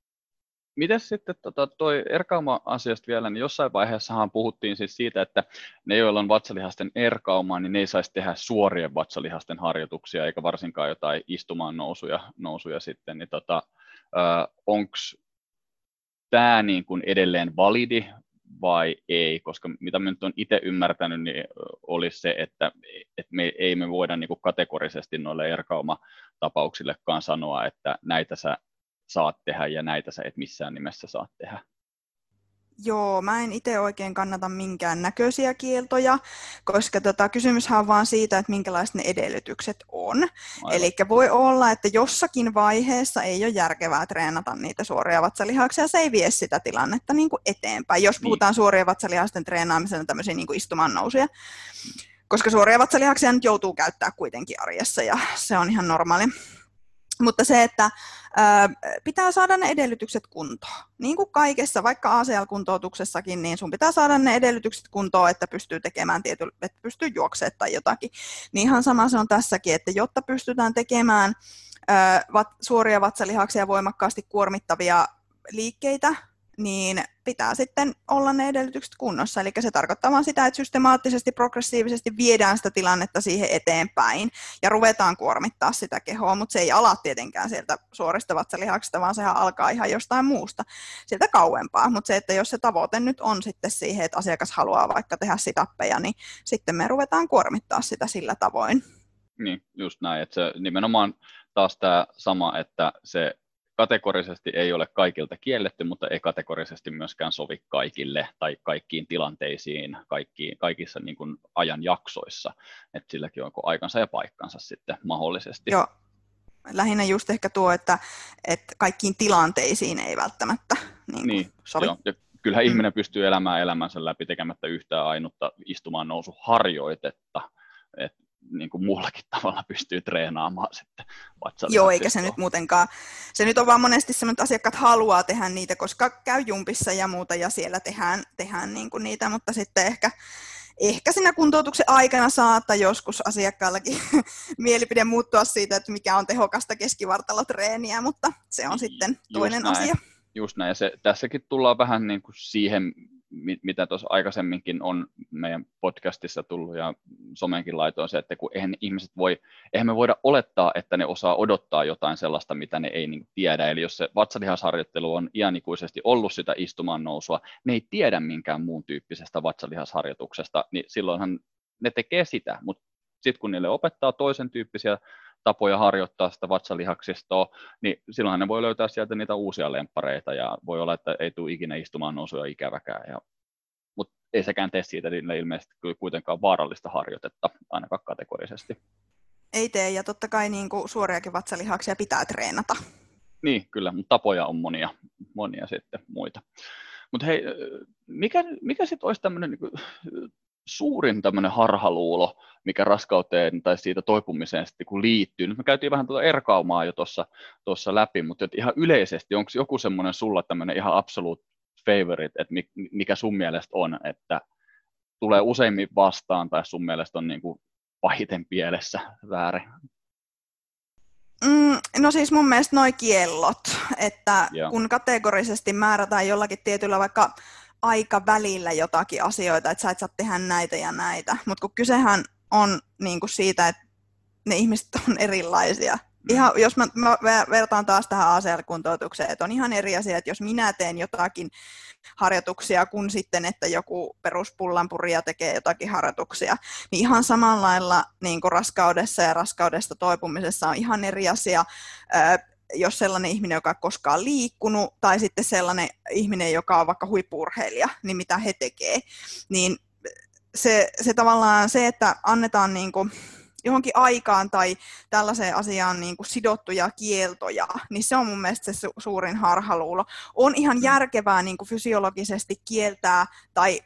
A: mites sitten tota, toi erkauma-asiasta vielä, niin jossain vaiheessahan puhuttiin siis siitä, että ne, joilla on vatsalihasten erkaumaa, niin ne ei saisi tehdä suorien vatsalihasten harjoituksia, eikä varsinkaan jotain istumaan nousuja, nousuja sitten. Niin tota, öö, onko tämä niin kuin edelleen validi vai ei, koska mitä mä nyt olen itse ymmärtänyt, niin olisi se, että, että me ei me voida niin kuin kategorisesti noille erkauma-tapauksillekaan sanoa, että näitä sä saat tehdä ja näitä sä et missään nimessä saa tehdä.
B: Joo, mä en itse oikein kannata minkään näköisiä kieltoja, koska tota, kysymyshän on vaan siitä, että minkälaiset ne edellytykset on. Eli voi olla, että jossakin vaiheessa ei ole järkevää treenata niitä suoria vatsalihaksia, se ei vie sitä tilannetta niin kuin eteenpäin, jos puhutaan niin. suorien vatsalihasten treenaamisena tämmöisiä niin kuin istumaan nousuja. Koska suoria vatsalihaksia nyt joutuu käyttää kuitenkin arjessa ja se on ihan normaali. Mutta se, että ää, pitää saada ne edellytykset kuntoon. Niin kuin kaikessa, vaikka A C L-kuntoutuksessakin, niin sun pitää saada ne edellytykset kuntoon, että pystyy tekemään tiety, että pystyy juoksemaan tai jotakin. Niin ihan sama se on tässäkin, että jotta pystytään tekemään ää, vat, suoria vatsalihaksia voimakkaasti kuormittavia liikkeitä, niin pitää sitten olla ne edellytykset kunnossa. Eli se tarkoittaa vaan sitä, että systemaattisesti, progressiivisesti viedään sitä tilannetta siihen eteenpäin ja ruvetaan kuormittaa sitä kehoa, mutta se ei ala tietenkään sieltä suorista vatsalihaksista, vaan sehän alkaa ihan jostain muusta, sieltä kauempaa. Mutta se, että jos se tavoite nyt on sitten siihen, että asiakas haluaa vaikka tehdä sit-uppeja, niin sitten me ruvetaan kuormittaa sitä sillä tavoin.
A: Niin, just näin. Että se nimenomaan taas tämä sama, että se kategorisesti ei ole kaikilta kielletty, mutta ei kategorisesti myöskään sovi kaikille tai kaikkiin tilanteisiin, kaikkiin, kaikissa niin kuin ajanjaksoissa. Että silläkin on aikansa ja paikkansa sitten mahdollisesti.
B: Joo, lähinnä just ehkä tuo, että, että kaikkiin tilanteisiin ei välttämättä niin
A: niin,
B: sovi.
A: Joo. Ja kyllähän mm. ihminen pystyy elämään elämänsä läpi tekemättä yhtään ainutta istumaan nousuharjoitetta. Et niin kuin muullakin tavalla pystyy treenaamaan sitten vatsalihaksia.
B: Joo, eikä se nyt muutenkaan. Se nyt on vaan monesti semmoinen, että asiakkaat haluaa tehdä niitä, koska käy jumpissa ja muuta, ja siellä tehdään, tehdään niin kuin niitä, mutta sitten ehkä, ehkä siinä kuntoutuksen aikana saattaa joskus asiakkaallakin mielipide muuttua siitä, että mikä on tehokasta keskivartalotreeniä, mutta se on sitten toinen
A: Just
B: asia.
A: Näin. Just näin, ja se, tässäkin tullaan vähän niin kuin siihen, mitä tuossa aikaisemminkin on meidän podcastissa tullut ja somenkin laitoin se, että kun eihän ihmiset voi, eihän me voida olettaa, että ne osaa odottaa jotain sellaista, mitä ne ei niin tiedä. Eli jos se vatsalihasharjoittelu on iänikuisesti ollut sitä istumaan nousua, ne ei tiedä minkään muun tyyppisestä vatsalihasharjoituksesta, niin silloinhan ne tekee sitä, mutta sitten kun niille opettaa toisen tyyppisiä tapoja harjoittaa sitä vatsalihaksistoa, niin silloinhan ne voi löytää sieltä niitä uusia lemppareita ja voi olla, että ei tule ikinä istumaan nousuja ikäväkään. Ja, mutta ei sekään tee siitä niille ilmeisesti kuitenkaan vaarallista harjoitetta, ainakaan kategorisesti.
B: Ei tee, ja totta kai niin kuin suoriakin vatsalihaksia pitää treenata.
A: Niin, kyllä, mutta tapoja on monia, monia sitten muita. Mutta hei, mikä, mikä sitten olisi tämmöinen niin suurin tämmöinen harhaluulo, mikä raskauteen tai siitä toipumiseen sitten kun liittyy? Nyt me käytiin vähän tuota erkaumaa jo tuossa läpi, mutta ihan yleisesti, onko joku semmoinen sulla tämmöinen ihan absolute favorite, että mikä sun mielestä on, että tulee useimmin vastaan tai sun mielestä on niin kuin pahiten pielessä väärin?
B: Mm, no siis mun mielestä noi kiellot, että
A: Joo.
B: kun kategorisesti määrätään jollakin tietyllä vaikka aikavälillä jotakin asioita, että sä et saa tehdä näitä ja näitä, mutta kun kysehän on niin kuin siitä, että ne ihmiset on erilaisia. Ihan, jos mä, mä vertaan taas tähän A C L-kuntoutukseen, että on ihan eri asia, että jos minä teen jotakin harjoituksia kuin sitten, että joku peruspullanpurija tekee jotakin harjoituksia, niin ihan samalla lailla niin kuin raskaudessa ja raskaudesta toipumisessa on ihan eri asia, jos sellainen ihminen, joka ei koskaan liikkunut, tai sitten sellainen ihminen, joka on vaikka huippu-urheilija, niin mitä he tekee, niin se, se tavallaan se, että annetaan niin kuin johonkin aikaan tai tällaiseen asiaan niin kuin sidottuja kieltoja, niin se on mun mielestä se su- suurin harhaluulo. On ihan järkevää niin kuin fysiologisesti kieltää tai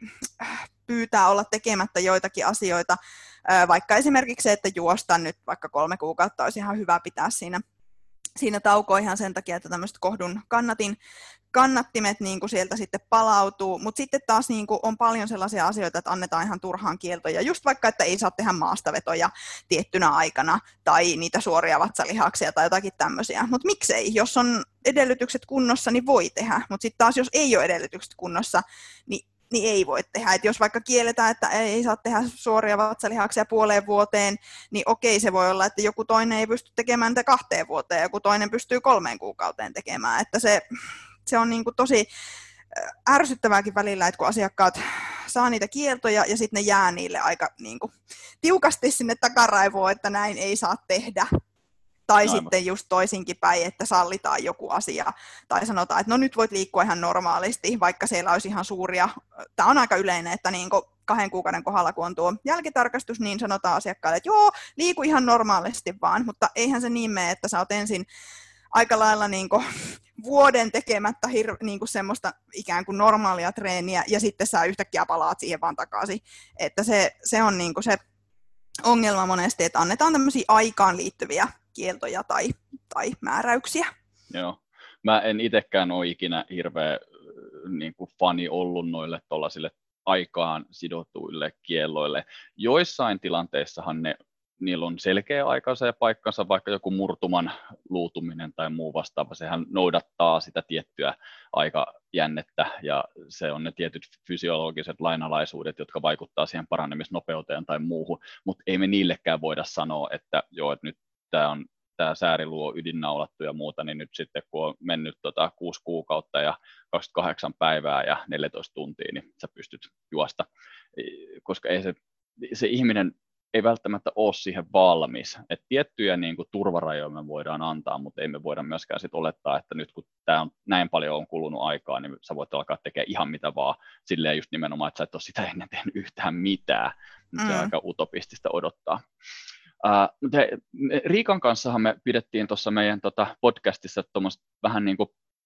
B: pyytää olla tekemättä joitakin asioita, vaikka esimerkiksi se, että juosta nyt vaikka kolme kuukautta olisi ihan hyvä pitää siinä, siinä taukoa ihan sen takia, että tämmöiset kohdun kannatin, kannattimet niin kuin sieltä sitten palautuu, mutta sitten taas niin kuin on paljon sellaisia asioita, että annetaan ihan turhaan kieltoja, just vaikka, että ei saa tehdä maastavetoja tiettynä aikana, tai niitä suoria vatsalihaksia tai jotakin tämmöisiä, mutta miksei, jos on edellytykset kunnossa, niin voi tehdä, mutta sitten taas jos ei ole edellytykset kunnossa, niin niin ei voi tehdä. Et jos vaikka kielletään, että ei saa tehdä suoria vatsalihaksia puoleen vuoteen, niin okei, se voi olla, että joku toinen ei pysty tekemään niitä kahteen vuoteen, ja joku toinen pystyy kolmeen kuukauteen tekemään. Että se, se on niin kuin tosi ärsyttävääkin välillä, että kun asiakkaat saa niitä kieltoja, ja sitten ne jää niille aika niin kuin tiukasti sinne takaraivoon, että näin ei saa tehdä. Tai Aivan. sitten just toisinkin päin, että sallitaan joku asia, tai sanotaan, että no nyt voit liikkua ihan normaalisti, vaikka siellä olisi ihan suuria, tämä on aika yleinen, että niin kuin kahden kuukauden kohdalla, kun on tuo jälkitarkastus, niin sanotaan asiakkaalle, että joo, liiku ihan normaalisti vaan, mutta eihän se niin mene, että sä oot ensin aika lailla niin kuin vuoden tekemättä hir- niin kuin semmoista ikään kuin normaalia treeniä, ja sitten sä yhtäkkiä palaat siihen vaan takaisin, että se, se on niin kuin se ongelma monesti, että annetaan tämmöisiä aikaan liittyviä kieltoja tai, tai määräyksiä.
A: Joo. Mä en itsekään ole ikinä hirveä niin kuin fani ollut noille tuollaisille aikaan sidotuille kielloille. Joissain tilanteissahan ne, niillä on selkeä aikansa ja paikkansa, vaikka joku murtuman luutuminen tai muu vastaava, sehän noudattaa sitä tiettyä aikajännettä, ja se on ne tietyt fysiologiset lainalaisuudet, jotka vaikuttaa siihen paranemisnopeuteen tai muuhun, mutta ei me niillekään voida sanoa, että joo, että nyt tämä on tämä sääriluo ydinnaulattu ja muuta, niin nyt sitten kun on mennyt tota kuusi kuukautta ja kaksikymmentäkahdeksan päivää ja neljätoista tuntia, niin sä pystyt juosta, koska ei se, se ihminen ei välttämättä ole siihen valmis. Et tiettyjä niin kuin, turvarajoja me voidaan antaa, mutta ei me voida myöskään sit olettaa, että nyt kun tämä on näin paljon on kulunut aikaa, niin sä voit alkaa tekemään ihan mitä vaan, silleen just nimenomaan, että sä et ole sitä ennen tehnyt yhtään mitään. Mm. Se on aika utopistista odottaa. Uh, mutta hei, Riikan kanssahan me pidettiin tuossa meidän tota, podcastissa tuommoiset vähän niin kuin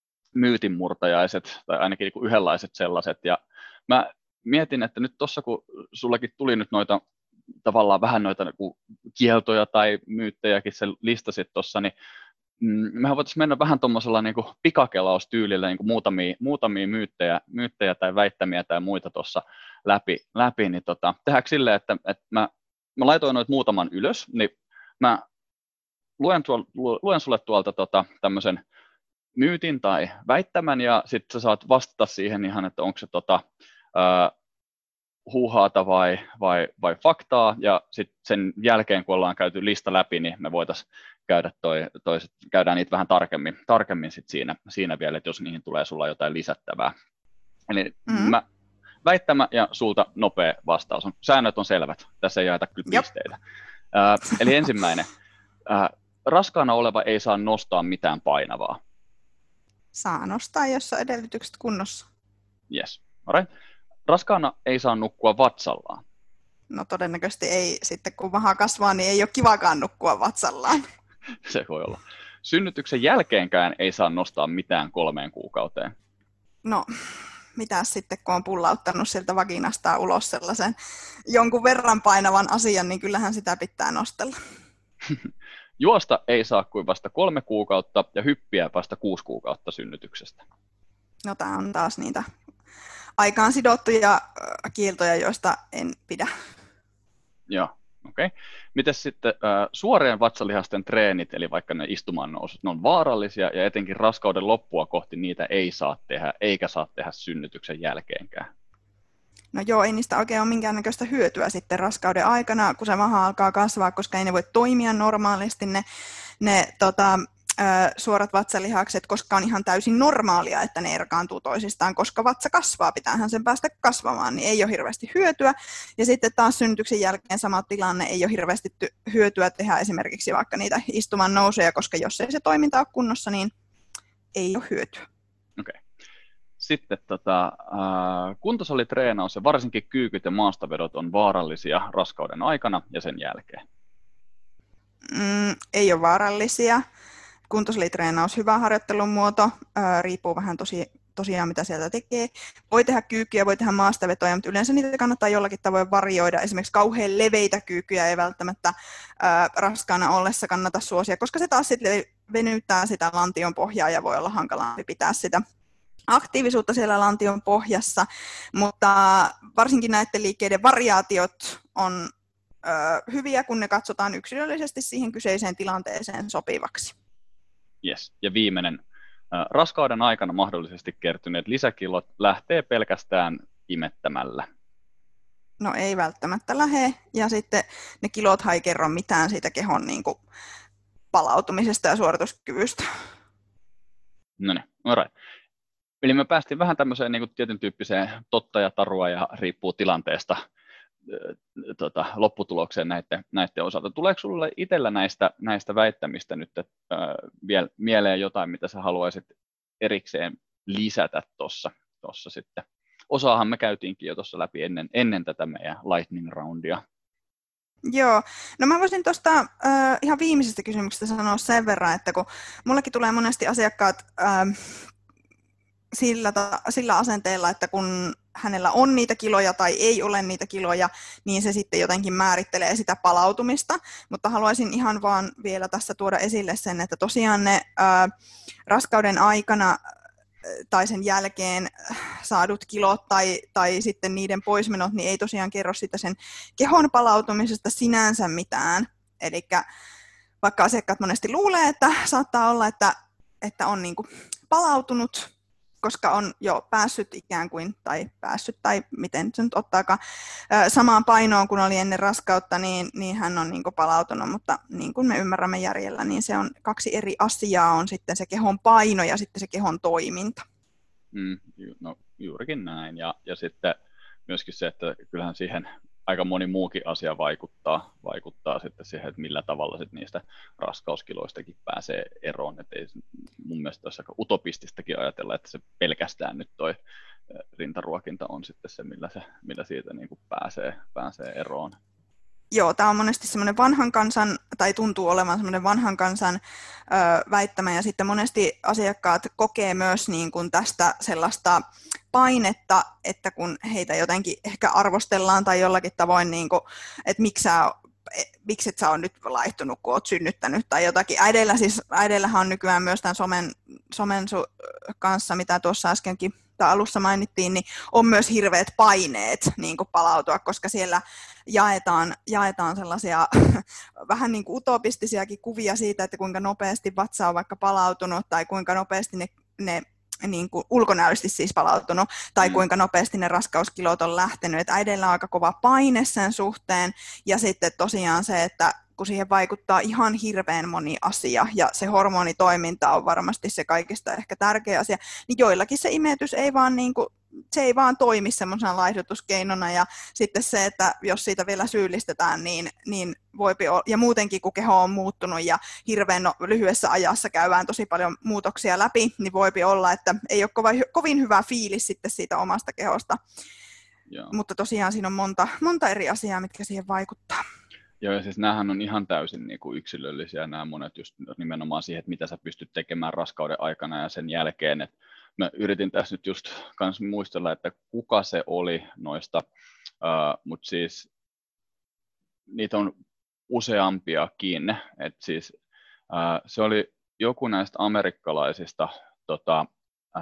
A: myytinmurtajaiset, tai ainakin niin kuin yhdenlaiset sellaiset, ja mä mietin, että nyt tuossa kun sullakin tuli nyt noita tavallaan vähän noita niin kieltoja tai myyttejäkin sä listasit tuossa, niin mm, mehän voitaisiin mennä vähän tuommoisella niin kuin pikakelaus-tyylillä niin kuin muutamia, muutamia myyttejä, myyttejä tai väittämiä tai muita tuossa läpi, läpi niin tota, tehdäänkö silleen, että, että mä, mä laitoin noita muutaman ylös, niin mä luen, tuol, luen sulle tuolta tota, tämmöisen myytin tai väittämän, ja sitten sä saat vastata siihen ihan, että onko se tota, ää, huuhaata vai, vai, vai faktaa, ja sitten sen jälkeen, kun ollaan käyty lista läpi, niin me voitaisiin käydä toi, toiset, käydään niitä vähän tarkemmin, tarkemmin sit siinä, siinä vielä, että jos niihin tulee sulla jotain lisättävää. Eli mm-hmm. mä, väittämä ja sulta nopea vastaus. Säännöt on selvät, tässä ei jaeta kyllä pisteitä. Äh, eli ensimmäinen, äh, raskaana oleva ei saa nostaa mitään painavaa.
B: Saa nostaa, jos on edellytykset kunnossa.
A: Yes, alright. Raskaana ei saa nukkua vatsallaan.
B: No todennäköisesti ei, sitten kun maha kasvaa, niin ei ole kivakaan nukkua vatsallaan.
A: Se voi olla. Synnytyksen jälkeenkään ei saa nostaa mitään kolmeen kuukauteen.
B: No, mitä sitten kun on pullauttanut sieltä vaginastaan ulos sellaisen jonkun verran painavan asian, niin kyllähän sitä pitää nostella.
A: Juosta ei saa kuin vasta kolme kuukautta ja hyppiä vasta kuusi kuukautta synnytyksestä.
B: No tämä on taas niitä aikaan sidottuja kieltoja, joista en pidä.
A: Joo, okei. Okay. Mites sitten äh, suorien vatsalihasten treenit, eli vaikka ne istumaan nousut, ne on vaarallisia ja etenkin raskauden loppua kohti niitä ei saa tehdä, eikä saa tehdä synnytyksen jälkeenkään.
B: No joo, ei niistä oikein ole minkäännäköistä hyötyä sitten raskauden aikana, kun se maha alkaa kasvaa, koska ei ne voi toimia normaalisti ne, ne tota, ö, suorat vatsalihakset, koska on ihan täysin normaalia, että ne erkaantuu toisistaan, koska vatsa kasvaa, pitäähän sen päästä kasvamaan, niin ei ole hirveästi hyötyä. Ja sitten taas synnytyksen jälkeen sama tilanne, ei ole hirveästi ty- hyötyä tehdä esimerkiksi vaikka niitä istuman nousuja, koska jos ei se toiminta ole kunnossa, niin ei ole hyötyä.
A: Okei. Sitten tota, äh, kuntosalitreenaus ja varsinkin kyykyt ja maastavedot on vaarallisia raskauden aikana ja sen jälkeen.
B: Mm, ei ole vaarallisia. Kuntosalitreenaus, hyvä harjoittelun muoto, äh, riippuu vähän tosi, tosiaan mitä sieltä tekee. Voi tehdä kyykkyjä, voi tehdä maastavetoja, mutta yleensä niitä kannattaa jollakin tavoin varioida. Esimerkiksi kauhean leveitä kyykkyjä ei välttämättä äh, raskaana ollessa kannata suosia, koska se taas sitten venyttää sitä lantion pohjaa ja voi olla hankalampi pitää sitä aktiivisuutta siellä lantion pohjassa, mutta varsinkin näiden liikkeiden variaatiot on ö, hyviä, kun ne katsotaan yksilöllisesti siihen kyseiseen tilanteeseen sopivaksi.
A: Yes. Ja viimeinen, äh, raskauden aikana mahdollisesti kertyneet lisäkilot lähtee pelkästään imettämällä.
B: No ei välttämättä lähe, ja sitten ne kilothan ei kerro mitään siitä kehon niin kuin, palautumisesta ja suorituskyvystä.
A: No niin, alright. Eli me päästiin vähän tämmöiseen niin kuin tietyn tyyppiseen totta ja tarua ja riippuu tilanteesta tota, lopputulokseen näiden, näiden osalta. Tuleeko sinulle itsellä näistä, näistä väittämistä nyt äh, vielä mieleen jotain, mitä sä haluaisit erikseen lisätä tuossa sitten? Osaahan me käytiinkin jo tuossa läpi ennen, ennen tätä meidän lightning roundia.
B: Joo, no mä voisin tuosta äh, ihan viimeisestä kysymyksestä sanoa sen verran, että kun mullekin tulee monesti asiakkaat äh, Sillä, sillä asenteella, että kun hänellä on niitä kiloja tai ei ole niitä kiloja, niin se sitten jotenkin määrittelee sitä palautumista. Mutta haluaisin ihan vaan vielä tässä tuoda esille sen, että tosiaan ne ää, raskauden aikana tai sen jälkeen saadut kilot tai, tai sitten niiden poismenot, niin ei tosiaan kerro sitä sen kehon palautumisesta sinänsä mitään. Eli vaikka asiakkaat monesti luulee, että saattaa olla, että, että on niin kuin palautunut, koska on jo päässyt ikään kuin, tai päässyt, tai miten se nyt ottaakaan, samaan painoon kuin oli ennen raskautta, niin, niin hän on niin kuin palautunut, mutta niin kuin me ymmärrämme järjellä, niin se on kaksi eri asiaa, on sitten se kehon paino ja sitten se kehon toiminta.
A: Mm, no juurikin näin, ja, ja sitten myöskin se, että kyllähän siihen aika moni muukin asia vaikuttaa, vaikuttaa sitten siihen, että millä tavalla sit niistä raskauskiloistakin pääsee eroon. Et ei, mun mielestä olisi aika utopististakin ajatella, että se pelkästään nyt toi rintaruokinta on sitten se, millä, se, millä siitä niin kuin pääsee, pääsee eroon.
B: Joo, tämä on monesti semmoinen vanhan kansan, tai tuntuu olevan semmoinen vanhan kansan ö, väittämä, ja sitten monesti asiakkaat kokee myös niin kuin tästä sellaista painetta, että kun heitä jotenkin ehkä arvostellaan tai jollakin tavoin, niin kuin, että miksi sä, miksi et sä on nyt laihtunut, kun oot synnyttänyt tai jotakin. Äidellä, siis, äidellähän on nykyään myös tämän somen, somen kanssa, mitä tuossa äskenkin tai alussa mainittiin, niin on myös hirveät paineet niin kuin palautua, koska siellä jaetaan, jaetaan sellaisia vähän niin kuin utopistisiakin kuvia siitä, että kuinka nopeasti vatsa on vaikka palautunut tai kuinka nopeasti ne, ne niin kuin ulkonäöllisesti siis palautunut tai kuinka nopeasti ne raskauskilot on lähtenyt. Että äidillä on aika kova paine sen suhteen ja sitten tosiaan se, että kun siihen vaikuttaa ihan hirveän moni asia ja se hormonitoiminta on varmasti se kaikista ehkä tärkeä asia, niin joillakin se imetys ei vaan, niin kuin, se ei vaan toimi semmoisena laihdutuskeinona ja sitten se, että jos siitä vielä syyllistetään, niin, niin voipi olla, ja muutenkin kun keho on muuttunut ja hirveän no, lyhyessä ajassa käydään tosi paljon muutoksia läpi, niin voipi olla, että ei ole kova, kovin hyvä fiilis sitten siitä omasta kehosta, Joo. Mutta tosiaan siinä on monta, monta eri asiaa, mitkä siihen vaikuttaa.
A: Joo, ja siis näähän on ihan täysin niin kuin yksilöllisiä, nämä monet just nimenomaan siihen, että mitä sä pystyt tekemään raskauden aikana ja sen jälkeen, että mä yritin tässä nyt just kans muistella, että kuka se oli noista, uh, mutta siis niitä on useampiakin, että siis uh, se oli joku näistä amerikkalaisista tota, uh,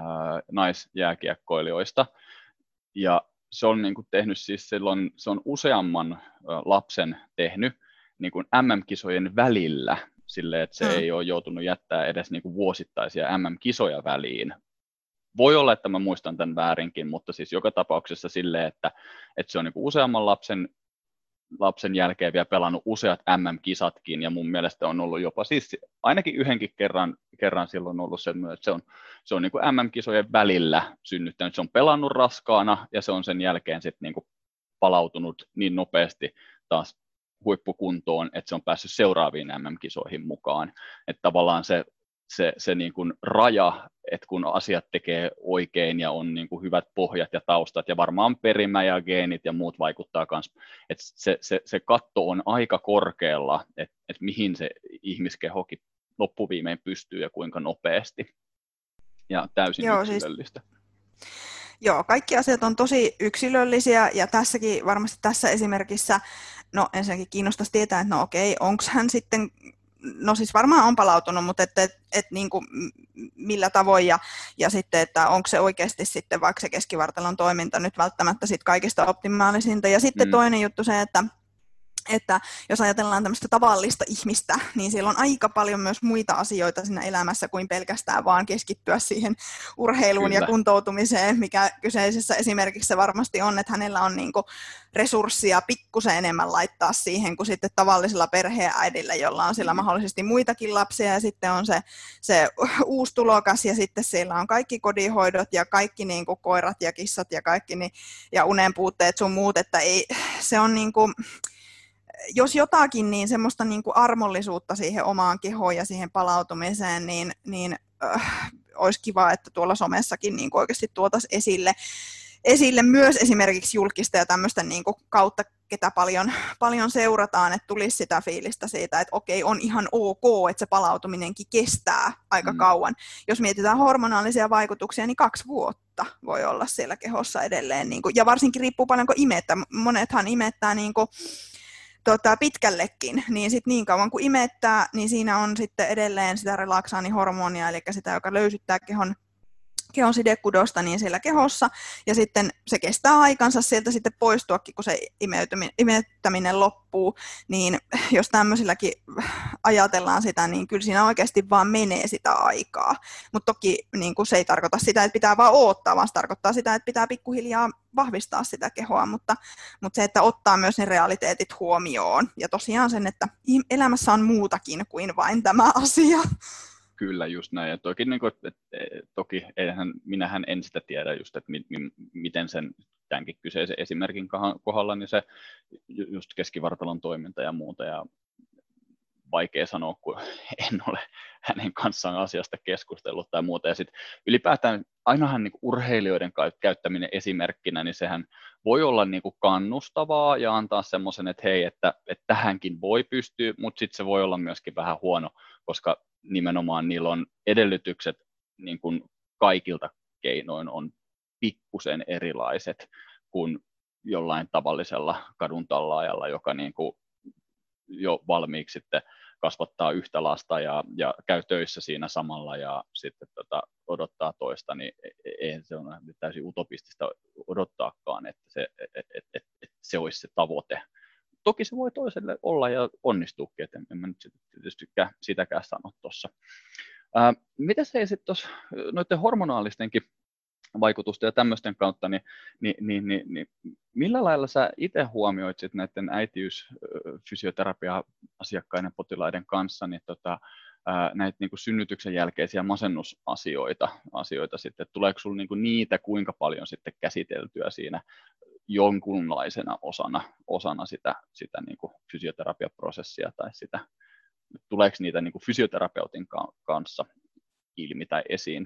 A: naisjääkiekkoilijoista, ja se on niin kuin tehnyt siis silloin, se on useamman uh, lapsen tehnyt niin kuin M M-kisojen välillä, silleen, että se hmm. ei ole joutunut jättää edes niin kuin vuosittaisia M M-kisoja väliin. Voi olla, että mä muistan tämän väärinkin, mutta siis joka tapauksessa silleen, että, että se on niin kuin useamman lapsen, lapsen jälkeen vielä pelannut useat M M-kisatkin, ja mun mielestä on ollut jopa siis ainakin yhdenkin kerran, kerran silloin ollut se, että se on, se on niin kuin M M-kisojen välillä synnyttänyt, se on pelannut raskaana, ja se on sen jälkeen sitten niin kuin palautunut niin nopeasti taas huippukuntoon, että se on päässyt seuraaviin M M-kisoihin mukaan. Että tavallaan se, se, se niin kuin raja, että kun asiat tekee oikein ja on niin kuin hyvät pohjat ja taustat, ja varmaan perimä ja geenit ja muut vaikuttaa myös, että se, se, se katto on aika korkealla, että, että mihin se ihmiskehokin loppuviimein pystyy ja kuinka nopeasti. Ja täysin Joo, yksilöllistä. Siis...
B: Joo, kaikki asiat on tosi yksilöllisiä, ja tässäkin varmasti tässä esimerkissä, no ensinnäkin kiinnostaisi tietää, että no okei, onko hän sitten, no siis varmaan on palautunut, mutta että et, et niin kuin millä tavoin, ja, ja sitten, että onko se oikeasti sitten vaikka se keskivartalon toiminta nyt välttämättä sit kaikista optimaalisinta. Ja sitten mm. toinen juttu se, että että jos ajatellaan tämmöistä tavallista ihmistä, niin siellä on aika paljon myös muita asioita siinä elämässä kuin pelkästään vaan keskittyä siihen urheiluun Kyllä. ja kuntoutumiseen, mikä kyseisessä esimerkiksi se varmasti on, että hänellä on niinku resurssia pikkusen enemmän laittaa siihen kuin sitten tavallisella perheenäidillä, jolla on sillä mahdollisesti muitakin lapsia, ja sitten on se, se uusi tulokas, ja sitten siellä on kaikki kodinhoidot ja kaikki niinku koirat ja kissat ja kaikki, niin, ja unenpuutteet sun muut, että ei, se on niinku... Jos jotakin, niin semmoista niin kuin armollisuutta siihen omaan kehoon ja siihen palautumiseen, niin, niin äh, olisi kiva, että tuolla somessakin niin kuin oikeasti tuotaisiin esille, esille myös esimerkiksi julkista ja tämmöisten niin kuin kautta, ketä paljon, paljon seurataan, että tulisi sitä fiilistä siitä, että okei, on ihan ok, että se palautuminenkin kestää aika mm. kauan. Jos mietitään hormonaalisia vaikutuksia, niin kaksi vuotta voi olla siellä kehossa edelleen. Niin kuin, ja varsinkin riippuu paljonko imettä. Monethan imettää niin kuin Tota, pitkällekin, niin sit niin kauan kuin imettää, niin siinä on sitten edelleen sitä relaksaanihormonia, eli sitä, joka löysyttää kehon, kehon sidekudosta niin siellä kehossa, ja sitten se kestää aikansa sieltä sitten poistuakin, kun se imettäminen loppuu, niin jos tämmöisilläkin ajatellaan sitä, niin kyllä siinä oikeasti vaan menee sitä aikaa, mutta toki niin kuin se ei tarkoita sitä, että pitää vaan odottaa, vaan se tarkoittaa sitä, että pitää pikkuhiljaa vahvistaa sitä kehoa, mutta, mutta se, että ottaa myös ne realiteetit huomioon, ja tosiaan sen, että elämässä on muutakin kuin vain tämä asia.
A: Kyllä, just näin. Ja toki, niin kuin, että, toki eihän, minähän en sitä tiedä, just, että mi, mi, miten sen tämänkin kyseisen esimerkin kohdalla, niin se just keskivartalon toiminta ja muuta, ja vaikea sanoa, kun en ole hänen kanssaan asiasta keskustellut tai muuta. Ja sitten ylipäätään ainahan niin kuin urheilijoiden käyttäminen esimerkkinä, niin sehän voi olla niin kuin kannustavaa ja antaa semmoisen, että hei, että, että tähänkin voi pystyä, mutta sitten se voi olla myöskin vähän huono, koska nimenomaan niillä on edellytykset niin kuin kaikilta keinoin on pikkusen erilaiset kuin jollain tavallisella kadun tallaajalla, joka niin kuin jo valmiiksi sitten kasvattaa yhtä lasta ja, ja käy töissä siinä samalla ja sitten tota, odottaa toista, niin ei se ole täysin utopistista odottaakaan, että se, et, et, et, et se olisi se tavoite. Toki se voi toiselle olla ja onnistuukin, että en mä nyt tietysti sitäkään sano tuossa. Mitä se sitten tuossa noiden hormonaalistenkin vaikutusten ja tämmöisten kautta, niin, niin, niin, niin, niin millä lailla sä itse huomioit sit näiden äitiysfysioterapia-asiakkaiden potilaiden kanssa niin tota, ää, näitä niin kuin synnytyksen jälkeisiä masennusasioita, asioita sitten, tuleeko sulla niin kuin niitä kuinka paljon sitten käsiteltyä siinä jonkunlaisena osana, osana sitä, sitä niin kuin fysioterapiaprosessia tai sitä, tuleeko niitä niin kuin fysioterapeutin kanssa ilmi tai esiin?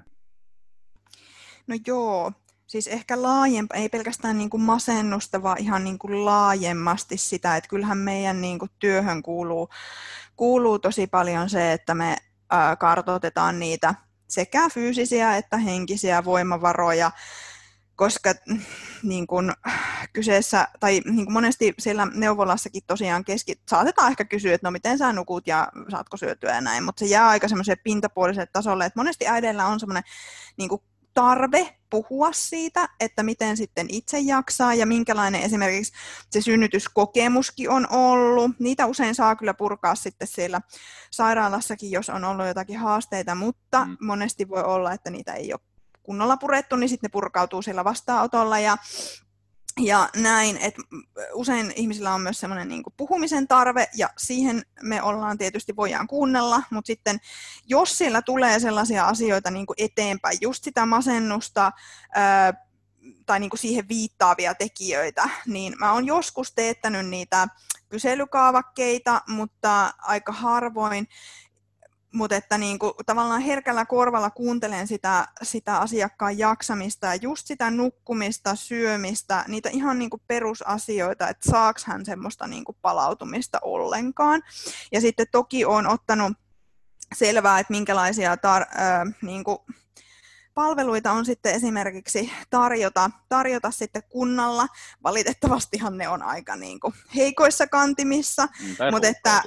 B: No joo, siis ehkä laajempaa, ei pelkästään niin kuin masennusta, vaan ihan niin kuin laajemmasti sitä, että kyllähän meidän niin kuin työhön kuuluu, kuuluu tosi paljon se, että me ää, kartoitetaan niitä sekä fyysisiä että henkisiä voimavaroja, koska niin kun, kyseessä, tai niin kun monesti siellä neuvolassakin tosiaan keski, saatetaan ehkä kysyä, että no miten sä nukut ja saatko syötyä ja näin, mutta se jää aika semmoiselle pintapuoliselle tasolle, että monesti äideillä on semmoinen niin kun tarve puhua siitä, että miten sitten itse jaksaa ja minkälainen esimerkiksi se synnytyskokemuskin on ollut. Niitä usein saa kyllä purkaa sitten siellä sairaalassakin, jos on ollut jotakin haasteita, mutta mm. monesti voi olla, että niitä ei ole kunnolla purettu, niin sitten ne purkautuu siellä vastaanotolla ja Ja näin, että usein ihmisillä on myös semmoinen niin kuin puhumisen tarve, ja siihen me ollaan tietysti voidaan kuunnella, mutta sitten jos siellä tulee sellaisia asioita niin kuin eteenpäin, just sitä masennusta ää, tai niin kuin siihen viittaavia tekijöitä, niin mä oon joskus teettänyt niitä kyselykaavakkeita, mutta aika harvoin. Mutta että niinku, tavallaan herkällä korvalla kuuntelen sitä, sitä asiakkaan jaksamista ja just sitä nukkumista, syömistä, niitä ihan niinku perusasioita, että saaks hän semmoista niinku palautumista ollenkaan. Ja sitten toki olen ottanut selvää, että minkälaisia tar- äh, niinku palveluita on sitten esimerkiksi tarjota, tarjota sitten kunnalla. Valitettavastihan ne on aika niinku heikoissa kantimissa. Mutta että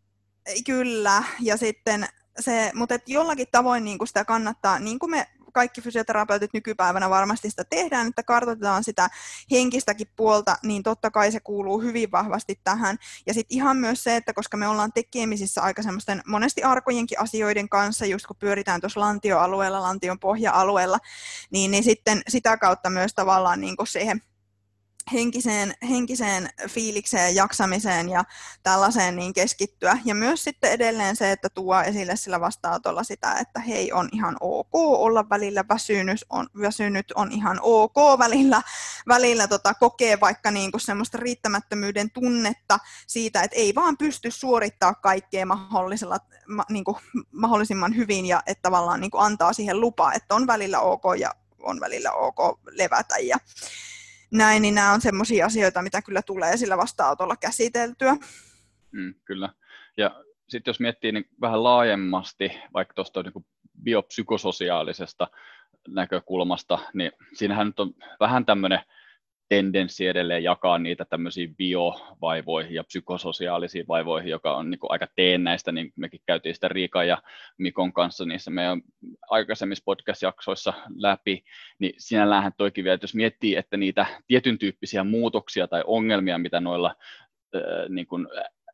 B: kyllä, ja sitten se, mutta et jollakin tavoin niin kuin sitä kannattaa, niin kuin me kaikki fysioterapeutit nykypäivänä varmasti sitä tehdään, että kartoitetaan sitä henkistäkin puolta, niin totta kai se kuuluu hyvin vahvasti tähän. Ja sitten ihan myös se, että koska me ollaan tekemisissä aika semmoisten monesti arkojenkin asioiden kanssa, just kun pyöritään tuossa lantioalueella, lantion pohja-alueella, niin, niin sitten sitä kautta myös tavallaan niin kuin siihen henkiseen, henkiseen fiilikseen ja jaksamiseen ja tällaiseen niin keskittyä. Ja myös sitten edelleen se, että tuo esille sillä vastaanotolla sitä, että hei, on ihan ok olla välillä väsynyt, on, väsynyt, on ihan ok välillä, välillä tota, kokee vaikka niin kuin semmoista riittämättömyyden tunnetta siitä, että ei vaan pysty suorittaa kaikkea mahdollisella, ma, niin kuin, mahdollisimman hyvin ja että tavallaan niin kuin antaa siihen lupaa, että on välillä ok ja on välillä ok levätä ja näin, niin nämä on semmoisia asioita, mitä kyllä tulee sillä vastaanotolla käsiteltyä.
A: Mm, kyllä. Ja sitten jos miettii niin vähän laajemmasti, vaikka tuosta niin biopsykososiaalisesta näkökulmasta, niin siinähän nyt on vähän tämmöinen tendenssi edelleen jakaa niitä tämmöisiin biovaivoihin ja psykososiaalisiin vaivoihin, joka on niin kuin aika teennäistä, niin mekin käytiin sitä Riikan ja Mikon kanssa niissä meidän aikaisemmissa podcast-jaksoissa läpi, niin sinälläänhän toikin vielä, että jos miettii, että niitä tietyn tyyppisiä muutoksia tai ongelmia, mitä noilla äh, niin kuin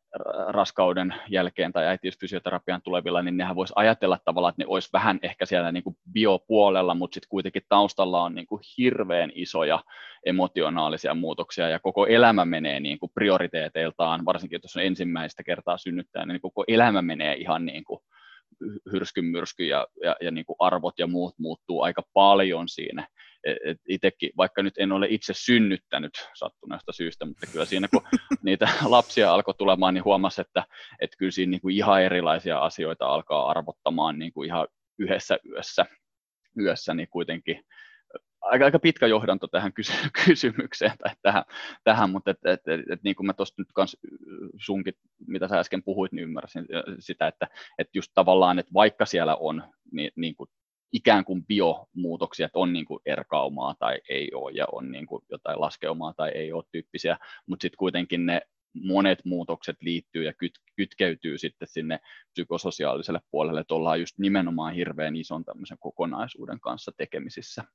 A: raskauden jälkeen tai äitiysfysioterapian tulevilla, niin nehän voisi ajatella tavallaan, että ne olisi vähän ehkä siellä niin kuin biopuolella, mutta sitten kuitenkin taustalla on niin kuin hirveän isoja emotionaalisia muutoksia ja koko elämä menee niin kuin prioriteeteiltaan, varsinkin jos on ensimmäistä kertaa synnyttää, niin koko elämä menee ihan niin kuin hyrskyn myrsky ja, ja, ja niin kuin arvot ja muut muuttuu aika paljon siinä. Et itsekin, vaikka nyt en ole itse synnyttänyt sattuneesta syystä, mutta kyllä siinä kun niitä lapsia alkoi tulemaan, niin huomasi, että, että kyllä siinä niin kuin ihan erilaisia asioita alkaa arvottamaan niin kuin ihan yhdessä yössä, yössä niin kuitenkin aika, aika pitkä johdanto tähän kysy- kysymykseen tai tähän, tähän mutta et, et, et, et, niin kuin mä tuosta nyt kans sunkin, mitä sä äsken puhuit, niin ymmärsin sitä, että et just tavallaan, että vaikka siellä on niin, niin kuin ikään kuin biomuutoksia, että on niin kuin erkaumaa tai ei ole ja on niin kuin jotain laskeumaa tai ei ole tyyppisiä, mutta sitten kuitenkin ne monet muutokset liittyy ja kyt, kytkeytyy sitten sinne psykososiaaliselle puolelle, että ollaan just nimenomaan hirveän ison tämmöisen kokonaisuuden kanssa tekemisissä.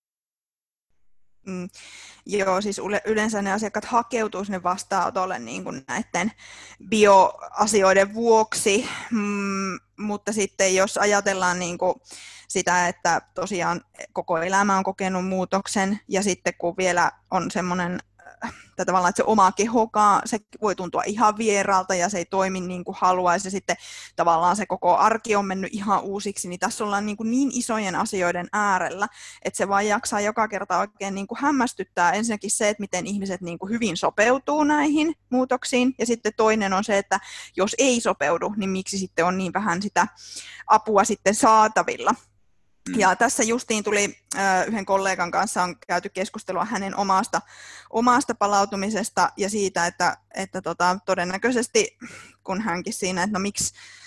B: Mm, joo, siis yleensä ne asiakkaat hakeutuu sinne vastaanotolle niin kuin näiden bioasioiden vuoksi, mm, mutta sitten jos ajatellaan niin kuin sitä, että tosiaan koko elämä on kokenut muutoksen ja sitten kun vielä on semmoinen että tavallaan, että se oma kehokaan, se voi tuntua ihan vieraalta ja se ei toimi niin kuin haluaisi ja sitten tavallaan se koko arki on mennyt ihan uusiksi, niin tässä ollaan niin, kuin niin isojen asioiden äärellä, että se vaan jaksaa joka kerta oikein niin kuin hämmästyttää ensinnäkin se, että miten ihmiset niin kuin hyvin sopeutuu näihin muutoksiin ja sitten toinen on se, että jos ei sopeudu, niin miksi sitten on niin vähän sitä apua sitten saatavilla. Ja tässä justiin tuli äh, yhden kollegan kanssa on käyty keskustelua hänen omasta, omasta palautumisesta ja siitä, että, että tota, todennäköisesti kun hänkin siinä, että no miksi,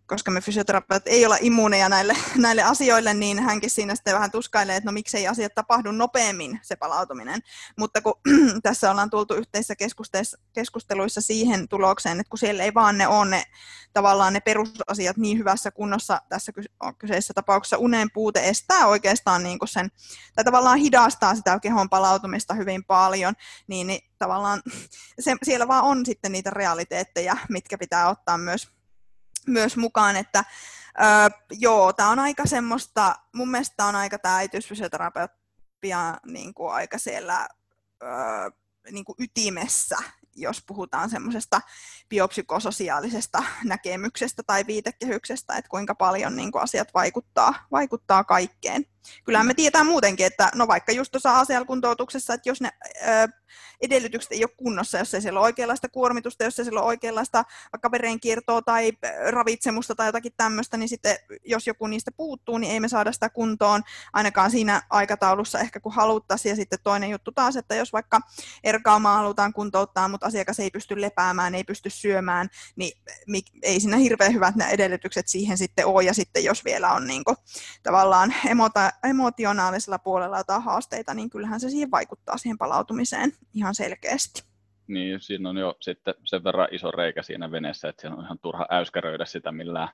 B: koska me fysioterapeutit ei olla immuuneja näille, näille asioille, niin hänkin siinä sitten vähän tuskailee, että no miksei asiat tapahdu nopeammin se palautuminen. Mutta kun tässä ollaan tultu yhteisissä keskusteluissa siihen tulokseen, että kun siellä ei vaan ne ole ne, tavallaan ne perusasiat niin hyvässä kunnossa tässä kyseisessä tapauksessa, unen puute estää oikeastaan niin kuin sen, tai tavallaan hidastaa sitä kehon palautumista hyvin paljon, niin, niin tavallaan se, siellä vaan on sitten niitä realiteetteja, mitkä pitää ottaa myös myös mukaan, että öö, joo, tämä on aika semmoista, mun mielestä on aika tämä äitiysfysioterapia niin kuin aika siellä öö, niin kuin ytimessä, jos puhutaan semmoisesta biopsykososiaalisesta näkemyksestä tai viitekehyksestä, että kuinka paljon niin kuin asiat vaikuttaa, vaikuttaa kaikkeen. Kyllähän me tiedetään muutenkin, että no vaikka just tuossa A C L-kuntoutuksessa, että jos ne ö, edellytykset ei ole kunnossa, jos ei siellä ole oikeanlaista kuormitusta, jos ei siellä ole oikeanlaista vaikka verenkiertoa tai ravitsemusta tai jotakin tämmöistä, niin sitten jos joku niistä puuttuu, niin ei me saada sitä kuntoon ainakaan siinä aikataulussa ehkä kun haluttaisiin. Ja sitten toinen juttu taas, että jos vaikka erkaumaa halutaan kuntouttaa, mutta asiakas ei pysty lepäämään, ei pysty syömään, niin ei siinä hirveän hyvät ne edellytykset siihen sitten ole. Ja sitten jos vielä on niin kuin tavallaan emota emotionaalisella puolella jotain haasteita, niin kyllähän se siihen vaikuttaa siihen palautumiseen ihan selkeästi.
A: Niin, siinä on jo sitten sen verran iso reikä siinä veneessä, että siinä on ihan turha äyskäröidä sitä millään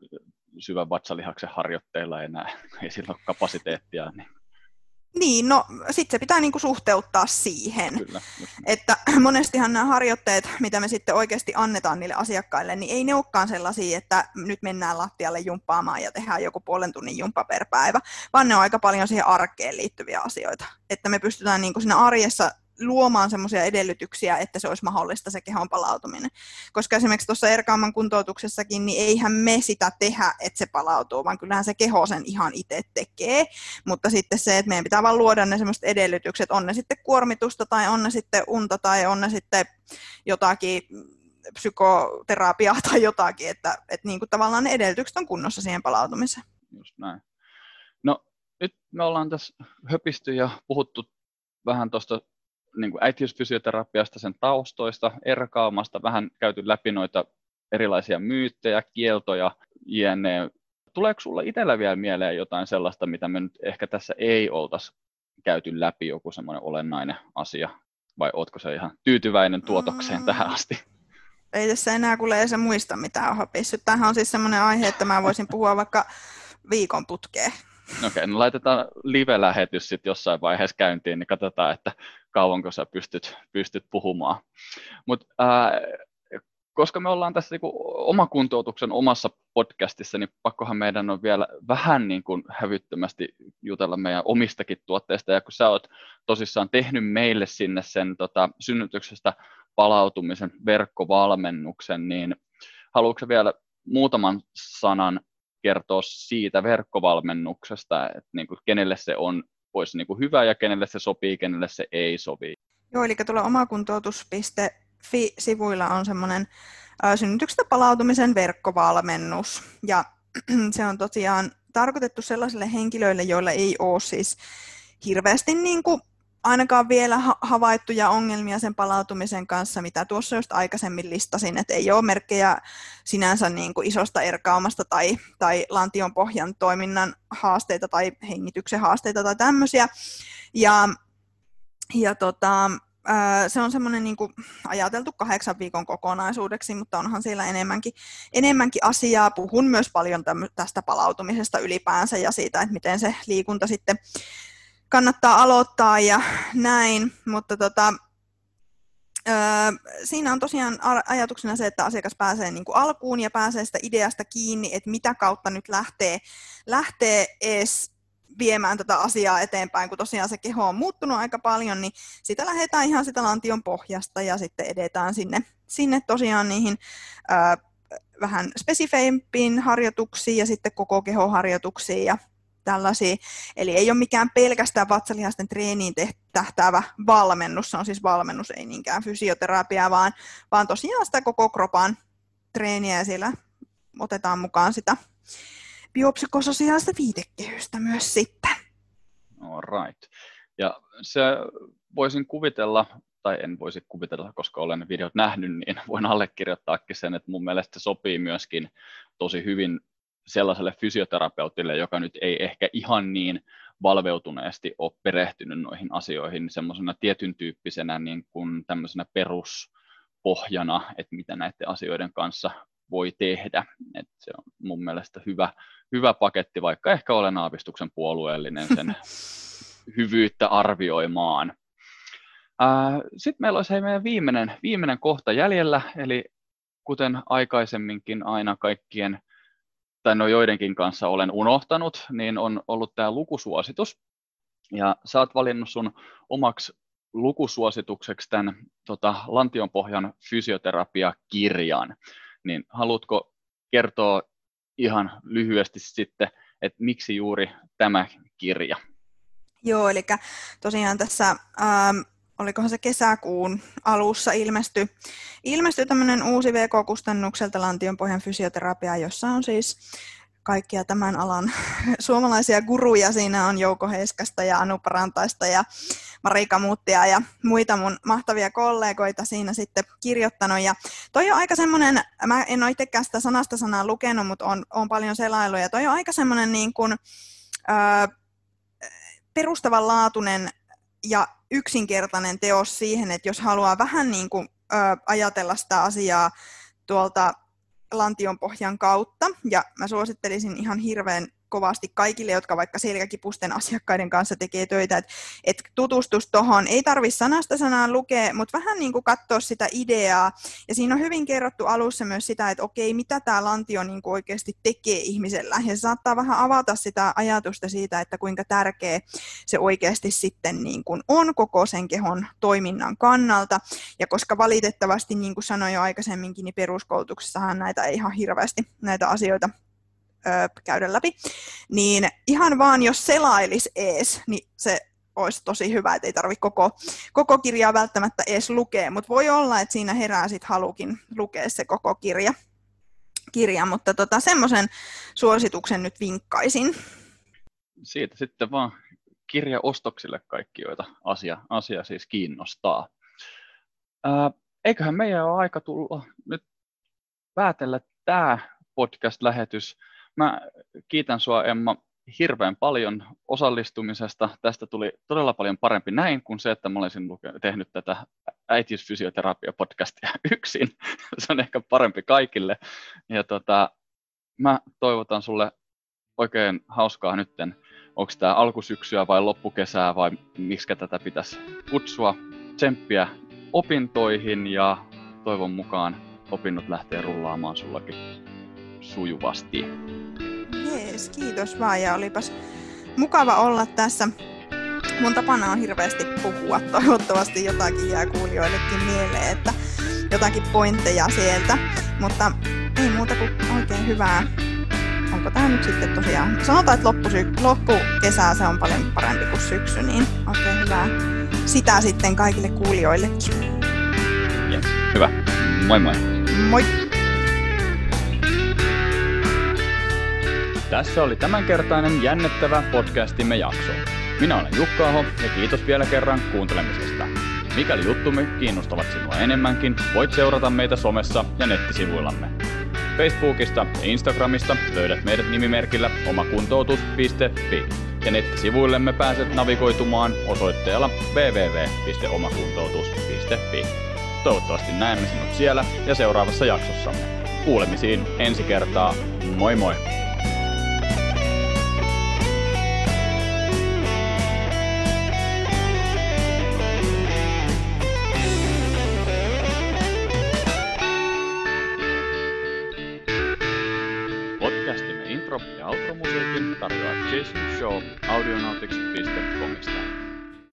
A: syvän vatsalihaksen harjoitteilla enää, ei sillä ole kapasiteettia. Niin,
B: niin no sitten se pitää niinku suhteuttaa siihen,
A: Kyllä,
B: että monestihan nämä harjoitteet, mitä me sitten oikeasti annetaan niille asiakkaille, niin ei ne olekaan sellaisia, että nyt mennään lattialle jumppaamaan ja tehdään joku puolen tunnin jumppa per päivä, vaan ne on aika paljon siihen arkeen liittyviä asioita, että me pystytään niinku siinä arjessa luomaan semmoisia edellytyksiä, että se olisi mahdollista se kehon palautuminen. Koska esimerkiksi tuossa erkauman kuntoutuksessakin, niin eihän me sitä tehdä, että se palautuu, vaan kyllähän se keho sen ihan itse tekee. Mutta sitten se, että meidän pitää vaan luoda ne semmoiset edellytykset, on ne sitten kuormitusta tai on ne sitten unta tai on ne sitten jotakin psykoterapiaa tai jotakin, että, että niin kuin tavallaan ne edellytykset on kunnossa siihen palautumiseen.
A: Just näin. No nyt me ollaan tässä höpisty ja puhuttu vähän tuosta niin kuin äitiysfysioterapiasta, sen taustoista, erkaumasta, vähän käyty läpi noita erilaisia myyttejä, kieltoja, jne. Tuleeko sulla itsellä vielä mieleen jotain sellaista, mitä me nyt ehkä tässä ei oltaisi käyty läpi, joku semmoinen olennainen asia, vai ootko se ihan tyytyväinen tuotokseen mm. tähän asti?
B: Ei tässä enää kuule ei se muista, mitä on höpissyt. Tämähän on siis semmoinen aihe, että mä voisin puhua vaikka viikon putkeen.
A: Okei, okay, no laitetaan live-lähetys sitten jossain vaiheessa käyntiin, niin katsotaan, että kauanko sä pystyt, pystyt puhumaan. Mut, ää, koska me ollaan tässä niinku omakuntoutuksen omassa podcastissa, niin pakkohan meidän on vielä vähän niin kuin hävyttömästi jutella meidän omistakin tuotteista. Ja kun sä oot tosissaan tehnyt meille sinne sen tota, synnytyksestä palautumisen verkkovalmennuksen, niin haluatko vielä muutaman sanan kertoa siitä verkkovalmennuksesta, että niin kuin kenelle se on, olisi niin kuin hyvä ja kenelle se sopii, kenelle se ei sovi.
B: Joo, eli tuolla omakuntoutus piste fi-sivuilla on semmoinen synnytyksestä palautumisen verkkovalmennus. Ja se on tosiaan tarkoitettu sellaisille henkilöille, joilla ei ole siis hirveästi niin kuin ainakaan vielä havaittuja ongelmia sen palautumisen kanssa, mitä tuossa just aikaisemmin listasin, että ei ole merkkejä sinänsä niin kuin isosta erkaumasta tai, tai lantion pohjan toiminnan haasteita tai hengityksen haasteita tai tämmöisiä. Ja, ja tota, se on semmoinen niin kuin ajateltu kahdeksan viikon kokonaisuudeksi, mutta onhan siellä enemmänkin, enemmänkin asiaa. Puhun myös paljon tästä palautumisesta ylipäänsä ja siitä, että miten se liikunta sitten kannattaa aloittaa ja näin, mutta tota, öö, siinä on tosiaan ajatuksena se, että asiakas pääsee niin kuin alkuun ja pääsee sitä ideasta kiinni, että mitä kautta nyt lähtee, lähtee edes viemään tätä asiaa eteenpäin, kun tosiaan se keho on muuttunut aika paljon, niin sitä lähdetään ihan sitä lantion pohjasta ja sitten edetään sinne, sinne tosiaan niihin öö, vähän spesifeimpiin harjoituksiin ja sitten koko kehoharjoituksiin ja tällaisia. Eli ei ole mikään pelkästään vatsalihasten treeniin tähtäävä valmennus, se on siis valmennus, ei niinkään fysioterapia, vaan, vaan tosiaan sitä koko kropan treeniä ja siellä otetaan mukaan sitä biopsykososiaalista viitekehystä myös sitten.
A: All right. Ja se voisin kuvitella, tai en voisi kuvitella, koska olen videot nähnyt, niin voin allekirjoittaakin sen, että mun mielestä se sopii myöskin tosi hyvin sellaiselle fysioterapeutille, joka nyt ei ehkä ihan niin valveutuneesti ole perehtynyt noihin asioihin semmoisena tietyn tyyppisenä niin kuin tämmöisenä peruspohjana, että mitä näiden asioiden kanssa voi tehdä. Et se on mun mielestä hyvä, hyvä paketti, vaikka ehkä olen aavistuksen puolueellinen sen hyvyyttä arvioimaan. Sitten meillä olisi hei meidän viimeinen, viimeinen kohta jäljellä, eli kuten aikaisemminkin aina kaikkien, tai no joidenkin kanssa olen unohtanut, niin on ollut tämä lukusuositus. Ja sä oot valinnut sun omaksi lukusuositukseksi tämän tota, Lantionpohjan fysioterapia-kirjan. Niin haluatko kertoa ihan lyhyesti sitten, että miksi juuri tämä kirja?
B: Joo, eli tosiaan tässä, ähm, olikohan se kesäkuun alussa ilmestyi, ilmestyi tämmöinen uusi V K-kustannukselta Lantionpohjan fysioterapia, jossa on siis kaikkia tämän alan suomalaisia guruja. Siinä on Jouko Heiskasta ja Anu Parantaista ja Marika Muuttia ja muita mun mahtavia kollegoita siinä sitten kirjoittanut. Ja toi on aika semmoinen, mä en ole itsekään sitä sanasta sanaa lukenut, mutta on, on paljon selailuja. Ja toi on aika semmoinen niin kuin, ää, perustavanlaatuinen ja yksinkertainen teos siihen, että jos haluaa vähän niin kuin, ää, ajatella sitä asiaa tuolta Lantionpohjan kautta, ja mä suosittelisin ihan hirveän kovasti kaikille, jotka vaikka selkäkipusten asiakkaiden kanssa tekee töitä, että et tutustus tuohon, ei tarvitse sanasta sanaan lukea, mutta vähän niin kuin katsoa sitä ideaa, ja siinä on hyvin kerrottu alussa myös sitä, että okei, mitä tämä lantio niin kuin oikeasti tekee ihmisellä, ja se saattaa vähän avata sitä ajatusta siitä, että kuinka tärkeä se oikeasti sitten niin kuin on koko sen kehon toiminnan kannalta, ja koska valitettavasti, niin kuin sanoin jo aikaisemminkin, niin peruskoulutuksessahan näitä ei ihan hirveästi näitä asioita käydä läpi, niin ihan vaan jos selailis ees, niin se olisi tosi hyvä, että ei tarvitse koko, koko kirjaa välttämättä ees lukea, mutta voi olla, että siinä herää sit halukin lukea se koko kirja, kirja mutta tota, semmoisen suosituksen nyt vinkkaisin.
A: Siitä sitten vaan kirjaostoksille kaikki, joita asia, asia siis kiinnostaa. Ää, eiköhän meidän ole aika tulla nyt päätellä tämä podcast-lähetys. Mä kiitän sua, Emma, hirveän paljon osallistumisesta. Tästä tuli todella paljon parempi näin kuin se, että mä olisin tehnyt tätä äitiysfysioterapia-podcastia yksin. Se on ehkä parempi kaikille. Ja tota, mä toivotan sulle oikein hauskaa nytten. Onko tämä alkusyksyä vai loppukesää vai miksi tätä pitäisi kutsua? Tsemppiä opintoihin ja toivon mukaan opinnot lähtee rullaamaan sullakin sujuvasti.
B: Jees, kiitos vaan ja olipas mukava olla tässä. Mun tapana on hirveästi puhua, toivottavasti jotakin jää kuulijoillekin mieleen, että jotakin pointteja sieltä, mutta ei muuta kuin oikein hyvää. Onko tämä nyt sitten tosiaan, sanotaan, että loppusy- loppukesää se on paljon parempi kuin syksy, niin oikein hyvää sitä sitten kaikille kuulijoillekin.
A: Ja, hyvä, moi moi!
B: Moi!
A: Tässä oli tämänkertainen jännittävä podcastimme jakso. Minä olen Jukka Aho ja kiitos vielä kerran kuuntelemisesta. Mikäli juttumme kiinnostavat sinua enemmänkin, voit seurata meitä somessa ja nettisivuillamme. Facebookista ja Instagramista löydät meidät nimimerkillä omakuntoutus piste fi ja nettisivuillemme pääset navigoitumaan osoitteella double-u double-u double-u piste omakuntoutus piste fi. Toivottavasti näemme sinut siellä ja seuraavassa jaksossamme. Kuulemisiin ensi kertaa. Moi moi! Podcastimme intro- ja outro-musiikin tarjoaa Jason Shaw audionautics piste comista.